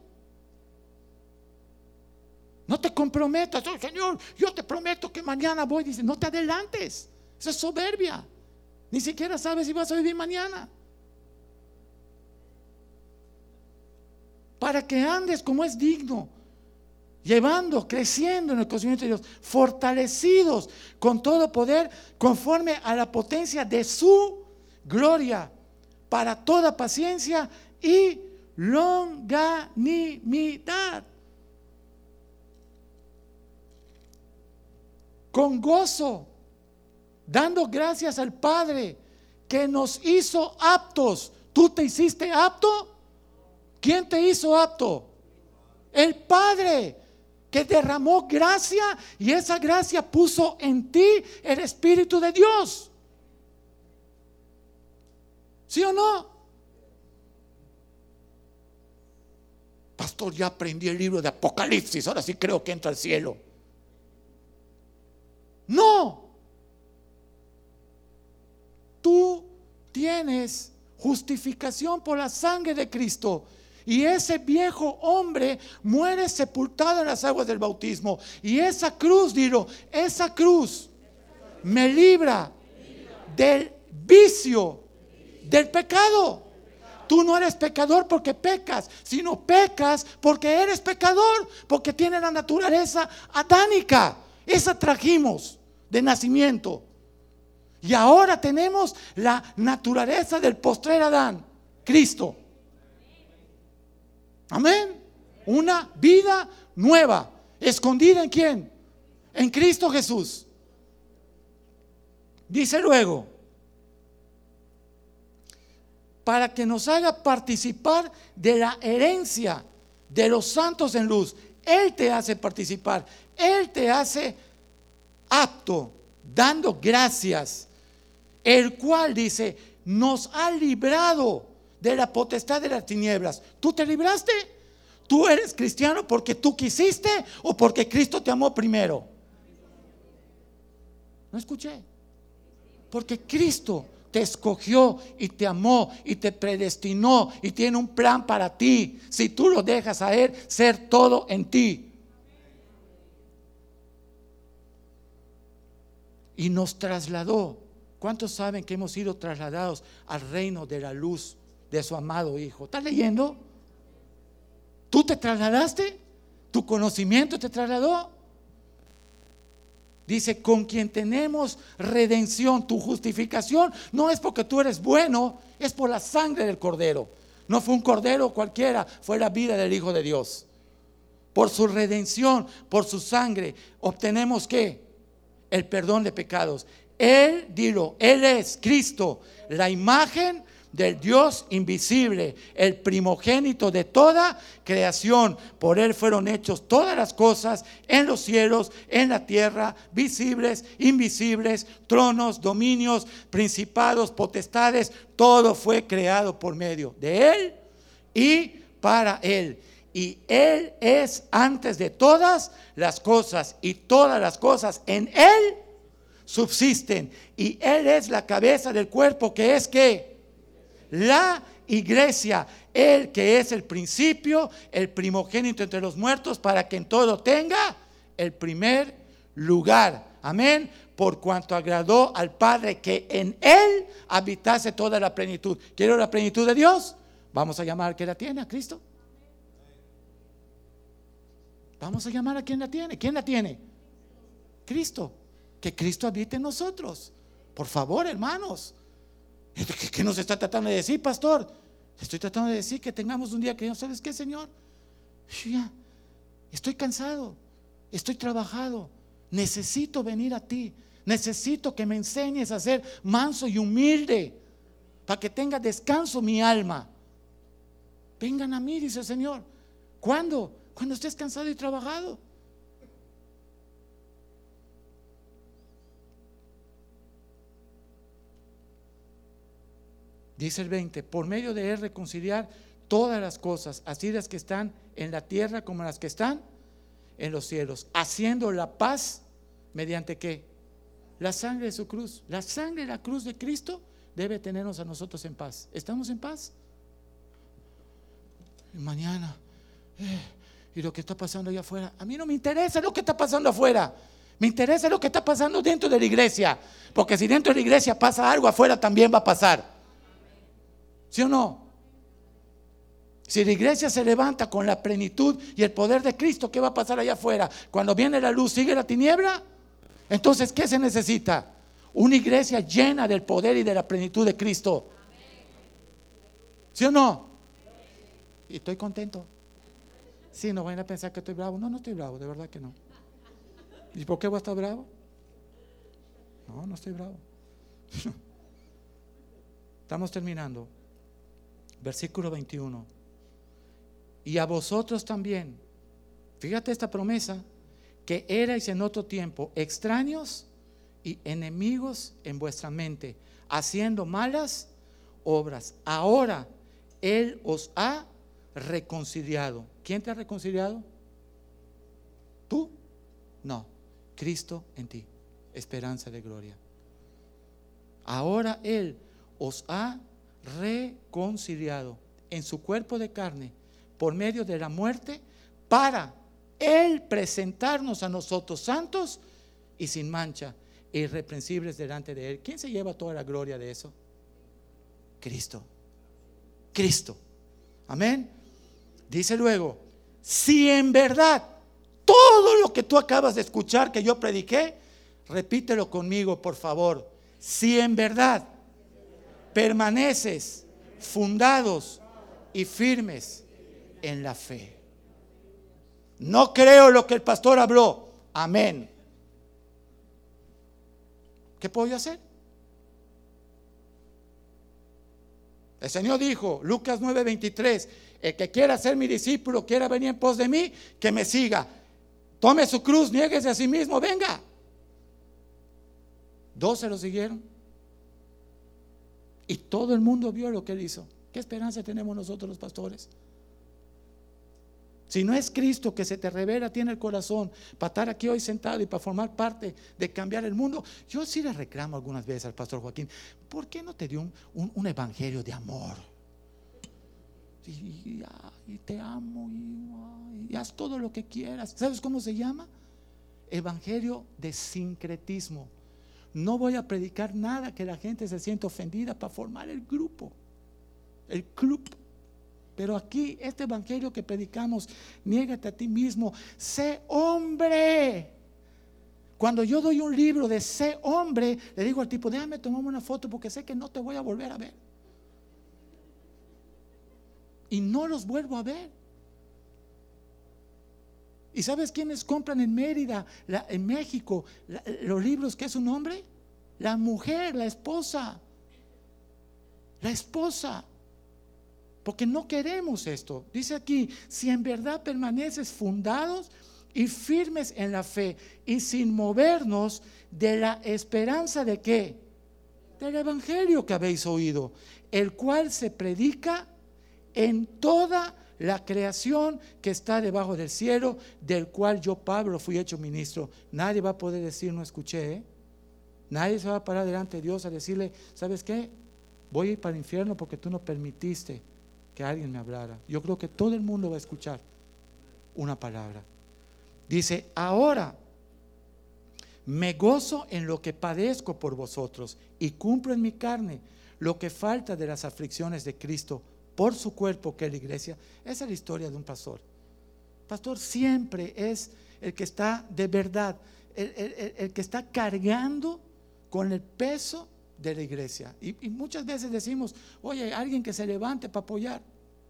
No te comprometas, oh, Señor, yo te prometo que mañana voy. Dice, no te adelantes. Esa es soberbia. Ni siquiera sabes si vas a vivir mañana. Para que andes como es digno, llevando, creciendo en el conocimiento de Dios, fortalecidos con todo poder, conforme a la potencia de su gloria, para toda paciencia y longanimidad, con gozo, dando gracias al Padre que nos hizo aptos. ¿Tú te hiciste apto? ¿Quién te hizo apto? El Padre, que derramó gracia, y esa gracia puso en ti el Espíritu de Dios. ¿Sí o no? Pastor, ya aprendí el libro de Apocalipsis, ahora sí creo que entra al cielo. No. Tú tienes justificación por la sangre de Cristo. Y ese viejo hombre muere sepultado en las aguas del bautismo. Y esa cruz, dilo, esa cruz me libra del vicio, del pecado. Tú no eres pecador porque pecas, sino pecas porque eres pecador, porque tienes la naturaleza adánica. Esa trajimos de nacimiento. Y ahora tenemos la naturaleza del postrer Adán, Cristo. Amén. Una vida nueva. ¿Escondida en quién? En Cristo Jesús. Dice luego, para que nos haga participar de la herencia de los santos en luz. Él te hace participar. Él te hace apto, dando gracias. El cual, dice, nos ha librado de la potestad de las tinieblas. ¿Tú te libraste? ¿Tú eres cristiano porque tú quisiste o porque Cristo te amó primero? No escuché. Porque Cristo te escogió y te amó y te predestinó y tiene un plan para ti, si tú lo dejas a Él ser todo en ti. Y nos trasladó. ¿Cuántos saben que hemos sido trasladados al reino de la luz de su amado Hijo? ¿Estás leyendo? ¿Tú te trasladaste? ¿Tu conocimiento te trasladó? Dice, con quien tenemos redención. Tu justificación no es porque tú eres bueno, es por la sangre del Cordero. No fue un cordero cualquiera, fue la vida del Hijo de Dios. Por su redención, por su sangre, obtenemos ¿qué? El perdón de pecados. Él, dilo, Él es Cristo, la imagen del Dios invisible, el primogénito de toda creación. Por Él fueron hechos todas las cosas en los cielos, en la tierra, visibles, invisibles, tronos, dominios, principados, potestades. Todo fue creado por medio de Él y para Él. Y Él es antes de todas las cosas, y todas las cosas en Él subsisten. Y Él es la cabeza del cuerpo, que es ¿qué? La iglesia. Él que es el principio, el primogénito entre los muertos, para que en todo tenga el primer lugar. Amén. Por cuanto agradó al Padre que en Él habitase toda la plenitud. ¿Quiero la plenitud de Dios? Vamos a llamar al que la tiene, a Cristo. Vamos a llamar a quien la tiene. ¿Quién la tiene? Cristo. Que Cristo habite en nosotros. Por favor, hermanos. ¿Qué, qué nos está tratando de decir, pastor? Estoy tratando de decir que tengamos un día que, ¿sabes qué, Señor? Ya, estoy cansado, estoy trabajado, necesito venir a ti, necesito que me enseñes a ser manso y humilde, para que tenga descanso mi alma. Vengan a mí, dice el Señor. ¿Cuándo? Cuando estés cansado y trabajado. Dice el veinte, por medio de Él reconciliar todas las cosas, así las que están en la tierra como las que están en los cielos, haciendo la paz mediante ¿qué? La sangre de su cruz. La sangre de la cruz de Cristo debe tenernos a nosotros en paz. ¿Estamos en paz? Y mañana eh, y lo que está pasando allá afuera, a mí no me interesa lo que está pasando afuera, me interesa lo que está pasando dentro de la iglesia, porque si dentro de la iglesia pasa algo, afuera también va a pasar. ¿Sí o no? Si la iglesia se levanta con la plenitud y el poder de Cristo, ¿qué va a pasar allá afuera? Cuando viene la luz, ¿sigue la tiniebla? Entonces, ¿qué se necesita? Una iglesia llena del poder y de la plenitud de Cristo. ¿Sí o no? Y estoy contento. Sí, no vayan a pensar que estoy bravo. No, no estoy bravo, de verdad que no. ¿Y por qué voy a estar bravo? No, no estoy bravo. Estamos terminando. Versículo veintiuno. Y a vosotros también, fíjate esta promesa, que erais en otro tiempo extraños y enemigos en vuestra mente, haciendo malas obras. Ahora Él os ha reconciliado. ¿Quién te ha reconciliado? ¿Tú? No, Cristo en ti, esperanza de gloria. Ahora Él os ha reconciliado en su cuerpo de carne por medio de la muerte, para Él presentarnos a nosotros santos y sin mancha e irreprensibles delante de Él. ¿Quién se lleva toda la gloria de eso? Cristo. Cristo. Amén. Dice luego, si en verdad todo lo que tú acabas de escuchar que yo prediqué, repítelo conmigo, por favor. Si en verdad permaneces fundados y firmes en la fe. No creo lo que el pastor habló. Amén. ¿Qué puedo yo hacer? El Señor dijo, Lucas nueve veintitrés, el que quiera ser mi discípulo, quiera venir en pos de mí, que me siga. Tome su cruz, niéguese a sí mismo, venga. Dos se lo siguieron. Y todo el mundo vio lo que Él hizo. ¿Qué esperanza tenemos nosotros los pastores? Si no es Cristo que se te revela a ti en el corazón para estar aquí hoy sentado y para formar parte de cambiar el mundo. Yo sí le reclamo algunas veces al pastor Joaquín, ¿por qué no te dio un, un, un evangelio de amor? Y, y, y te amo y, y haz todo lo que quieras. ¿Sabes cómo se llama? Evangelio de sincretismo. No voy a predicar nada que la gente se sienta ofendida para formar el grupo, el club. Pero aquí, este evangelio que predicamos, niégate a ti mismo, sé hombre. Cuando yo doy un libro de sé hombre, le digo al tipo, déjame tomarme una foto porque sé que no te voy a volver a ver. Y no los vuelvo a ver. ¿Y sabes quiénes compran en Mérida, la, en México, la, los libros? ¿Qué es un hombre? La mujer, la esposa. La esposa. Porque no queremos esto. Dice aquí, si en verdad permaneces fundados y firmes en la fe y sin movernos de la esperanza de qué, del evangelio que habéis oído, el cual se predica en toda la creación que está debajo del cielo, del cual yo, Pablo, fui hecho ministro. Nadie va a poder decir no escuché, ¿eh? Nadie se va a parar delante de Dios a decirle, ¿sabes qué? Voy a ir para el infierno porque tú no permitiste que alguien me hablara. Yo creo que todo el mundo va a escuchar una palabra. Dice, ahora me gozo en lo que padezco por vosotros y cumplo en mi carne lo que falta de las aflicciones de Cristo por su cuerpo, que es la iglesia. Esa es la historia de un pastor. El pastor siempre es el que está de verdad, el, el, el que está cargando con el peso de la iglesia. Y, y muchas veces decimos, oye, alguien que se levante para apoyar.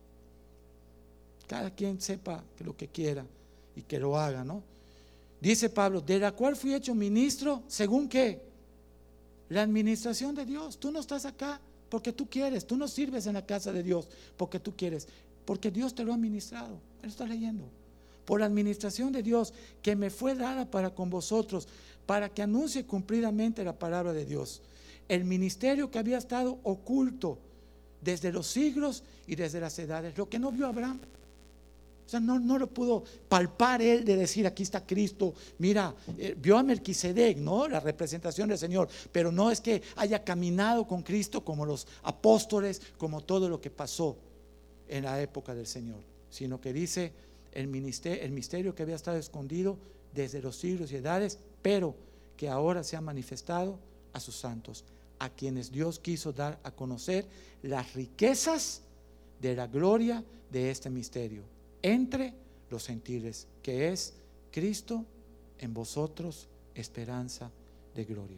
Cada quien sepa que lo que quiera y que lo haga, ¿no? Dice Pablo, de la cual fui hecho ministro, ¿según qué? La administración de Dios. Tú no estás acá porque tú quieres, tú no sirves en la casa de Dios porque tú quieres, porque Dios te lo ha administrado. Él está leyendo. Por la administración de Dios que me fue dada para con vosotros, para que anuncie cumplidamente la palabra de Dios. El ministerio que había estado oculto desde los siglos y desde las edades, lo que no vio Abraham. O sea, no, no lo pudo palpar él de decir, aquí está Cristo. Mira, eh, vio a Melquisedec, ¿no? La representación del Señor. Pero no es que haya caminado con Cristo como los apóstoles, como todo lo que pasó en la época del Señor. Sino que dice el, ministerio, el misterio que había estado escondido desde los siglos y edades, pero que ahora se ha manifestado a sus santos, a quienes Dios quiso dar a conocer las riquezas de la gloria de este misterio entre los gentiles, que es Cristo en vosotros, esperanza de gloria.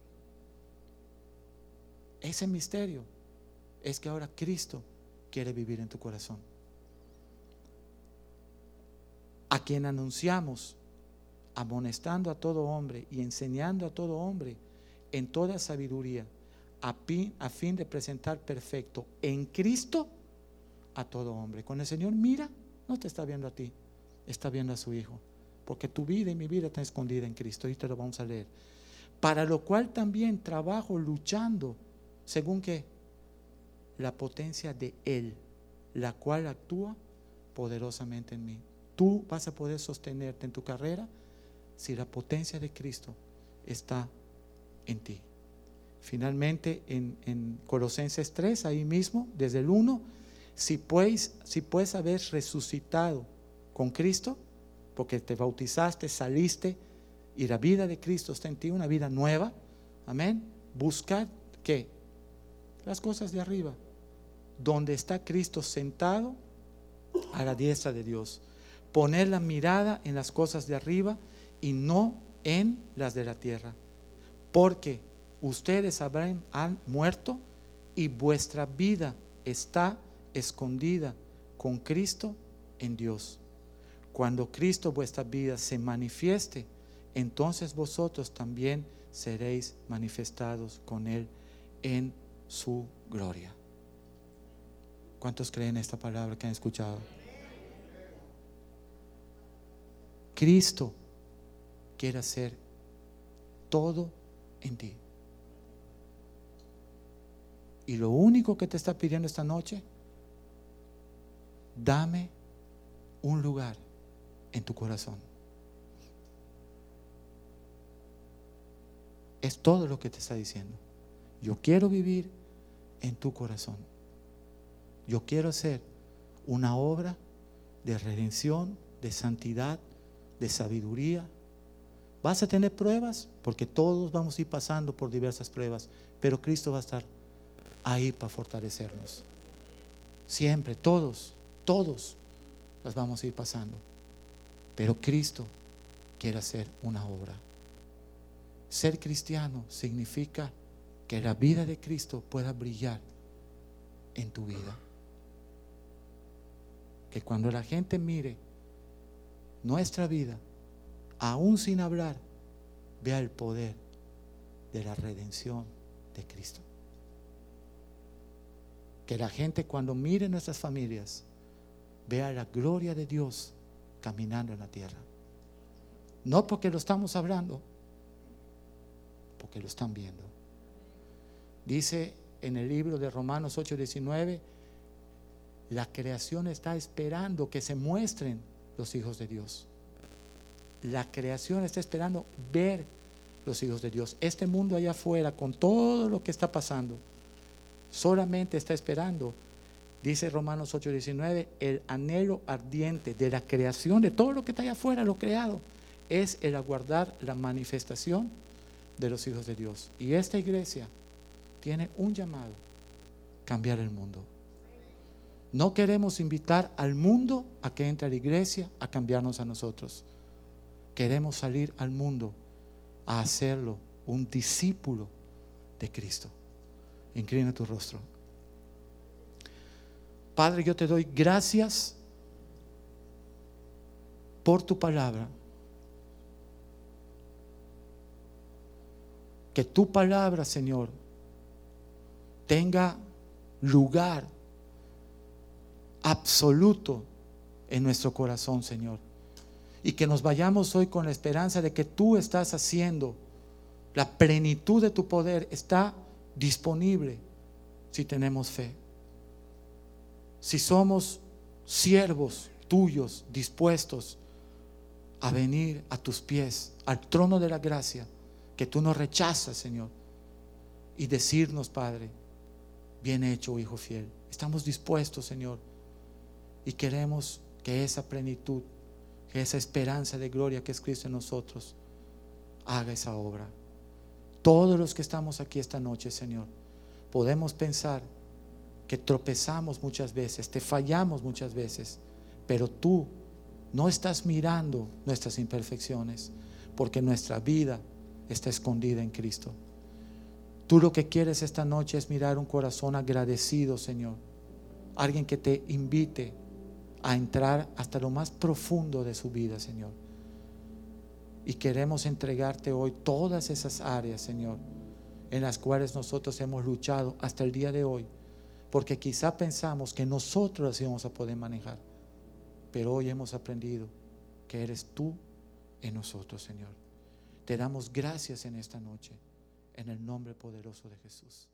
Ese misterio es que ahora Cristo quiere vivir en tu corazón, a quien anunciamos, amonestando a todo hombre y enseñando a todo hombre en toda sabiduría, a fin, a fin de presentar perfecto en Cristo a todo hombre. Cuando el Señor mira, no te está viendo a ti, está viendo a su Hijo, porque tu vida y mi vida está escondida en Cristo. Y te lo vamos a leer. Para lo cual también trabajo luchando, según que la potencia de Él, la cual actúa poderosamente en mí. Tú vas a poder sostenerte en tu carrera si la potencia de Cristo está en ti. Finalmente en, en Colosenses tres, ahí mismo, desde el uno, si pues, si pues habéis resucitado con Cristo, porque te bautizaste, saliste y la vida de Cristo está en ti, una vida nueva, amén. Buscad ¿qué? Las cosas de arriba, donde está Cristo sentado a la diestra de Dios. Poner la mirada en las cosas de arriba y no en las de la tierra, porque ustedes habrán, han muerto y vuestra vida está escondida con Cristo en Dios. Cuando Cristo vuestra vida se manifieste, entonces vosotros también seréis manifestados con Él en su gloria. ¿Cuántos creen esta palabra que han escuchado? Cristo quiere hacer todo en ti. Y lo único que te está pidiendo esta noche, dame un lugar en tu corazón. Es todo lo que te está diciendo. Yo quiero vivir en tu corazón. Yo quiero hacer una obra de redención, de santidad, de sabiduría. Vas a tener pruebas, porque todos vamos a ir pasando por diversas pruebas, pero Cristo va a estar ahí para fortalecernos. Siempre, todos, todos las vamos a ir pasando. Pero Cristo quiere hacer una obra. Ser cristiano significa que la vida de Cristo pueda brillar en tu vida. Que cuando la gente mire nuestra vida, aún sin hablar, vea el poder de la redención de Cristo. Que la gente cuando mire nuestras familias, vea la gloria de Dios caminando en la tierra. No porque lo estamos hablando, porque lo están viendo. Dice en el libro de Romanos ocho diecinueve, la creación está esperando que se muestren los hijos de Dios. La creación está esperando ver los hijos de Dios. Este mundo allá afuera, con todo lo que está pasando, solamente está esperando, dice Romanos ocho diecinueve, el anhelo ardiente de la creación, de todo lo que está allá afuera, lo creado, es el aguardar la manifestación de los hijos de Dios. Y esta iglesia tiene un llamado: cambiar el mundo. No queremos invitar al mundo a que entre a la iglesia a cambiarnos a nosotros. Queremos salir al mundo a hacerlo un discípulo de Cristo. Inclina tu rostro. Padre, yo te doy gracias por tu palabra. Que tu palabra, Señor, tenga lugar absoluto en nuestro corazón, Señor. Y que nos vayamos hoy con la esperanza de que tú estás haciendo, la plenitud de tu poder está disponible si tenemos fe. Si somos siervos tuyos dispuestos a venir a tus pies, al trono de la gracia, que tú nos rechazas, Señor, y decirnos, Padre, bien hecho, hijo fiel. Estamos dispuestos, Señor, y queremos que esa plenitud, que esa esperanza de gloria que es Cristo en nosotros, haga esa obra. Todos los que estamos aquí esta noche, Señor, podemos pensar que tropezamos muchas veces, te fallamos muchas veces, pero tú no estás mirando nuestras imperfecciones, porque nuestra vida está escondida en Cristo. Tú lo que quieres esta noche es mirar un corazón agradecido, Señor. Alguien que te invite a entrar hasta lo más profundo de su vida, Señor. Y queremos entregarte hoy todas esas áreas, Señor, en las cuales nosotros hemos luchado hasta el día de hoy, porque quizá pensamos que nosotros las íbamos a poder manejar, pero hoy hemos aprendido que eres tú en nosotros, Señor. Te damos gracias en esta noche, en el nombre poderoso de Jesús.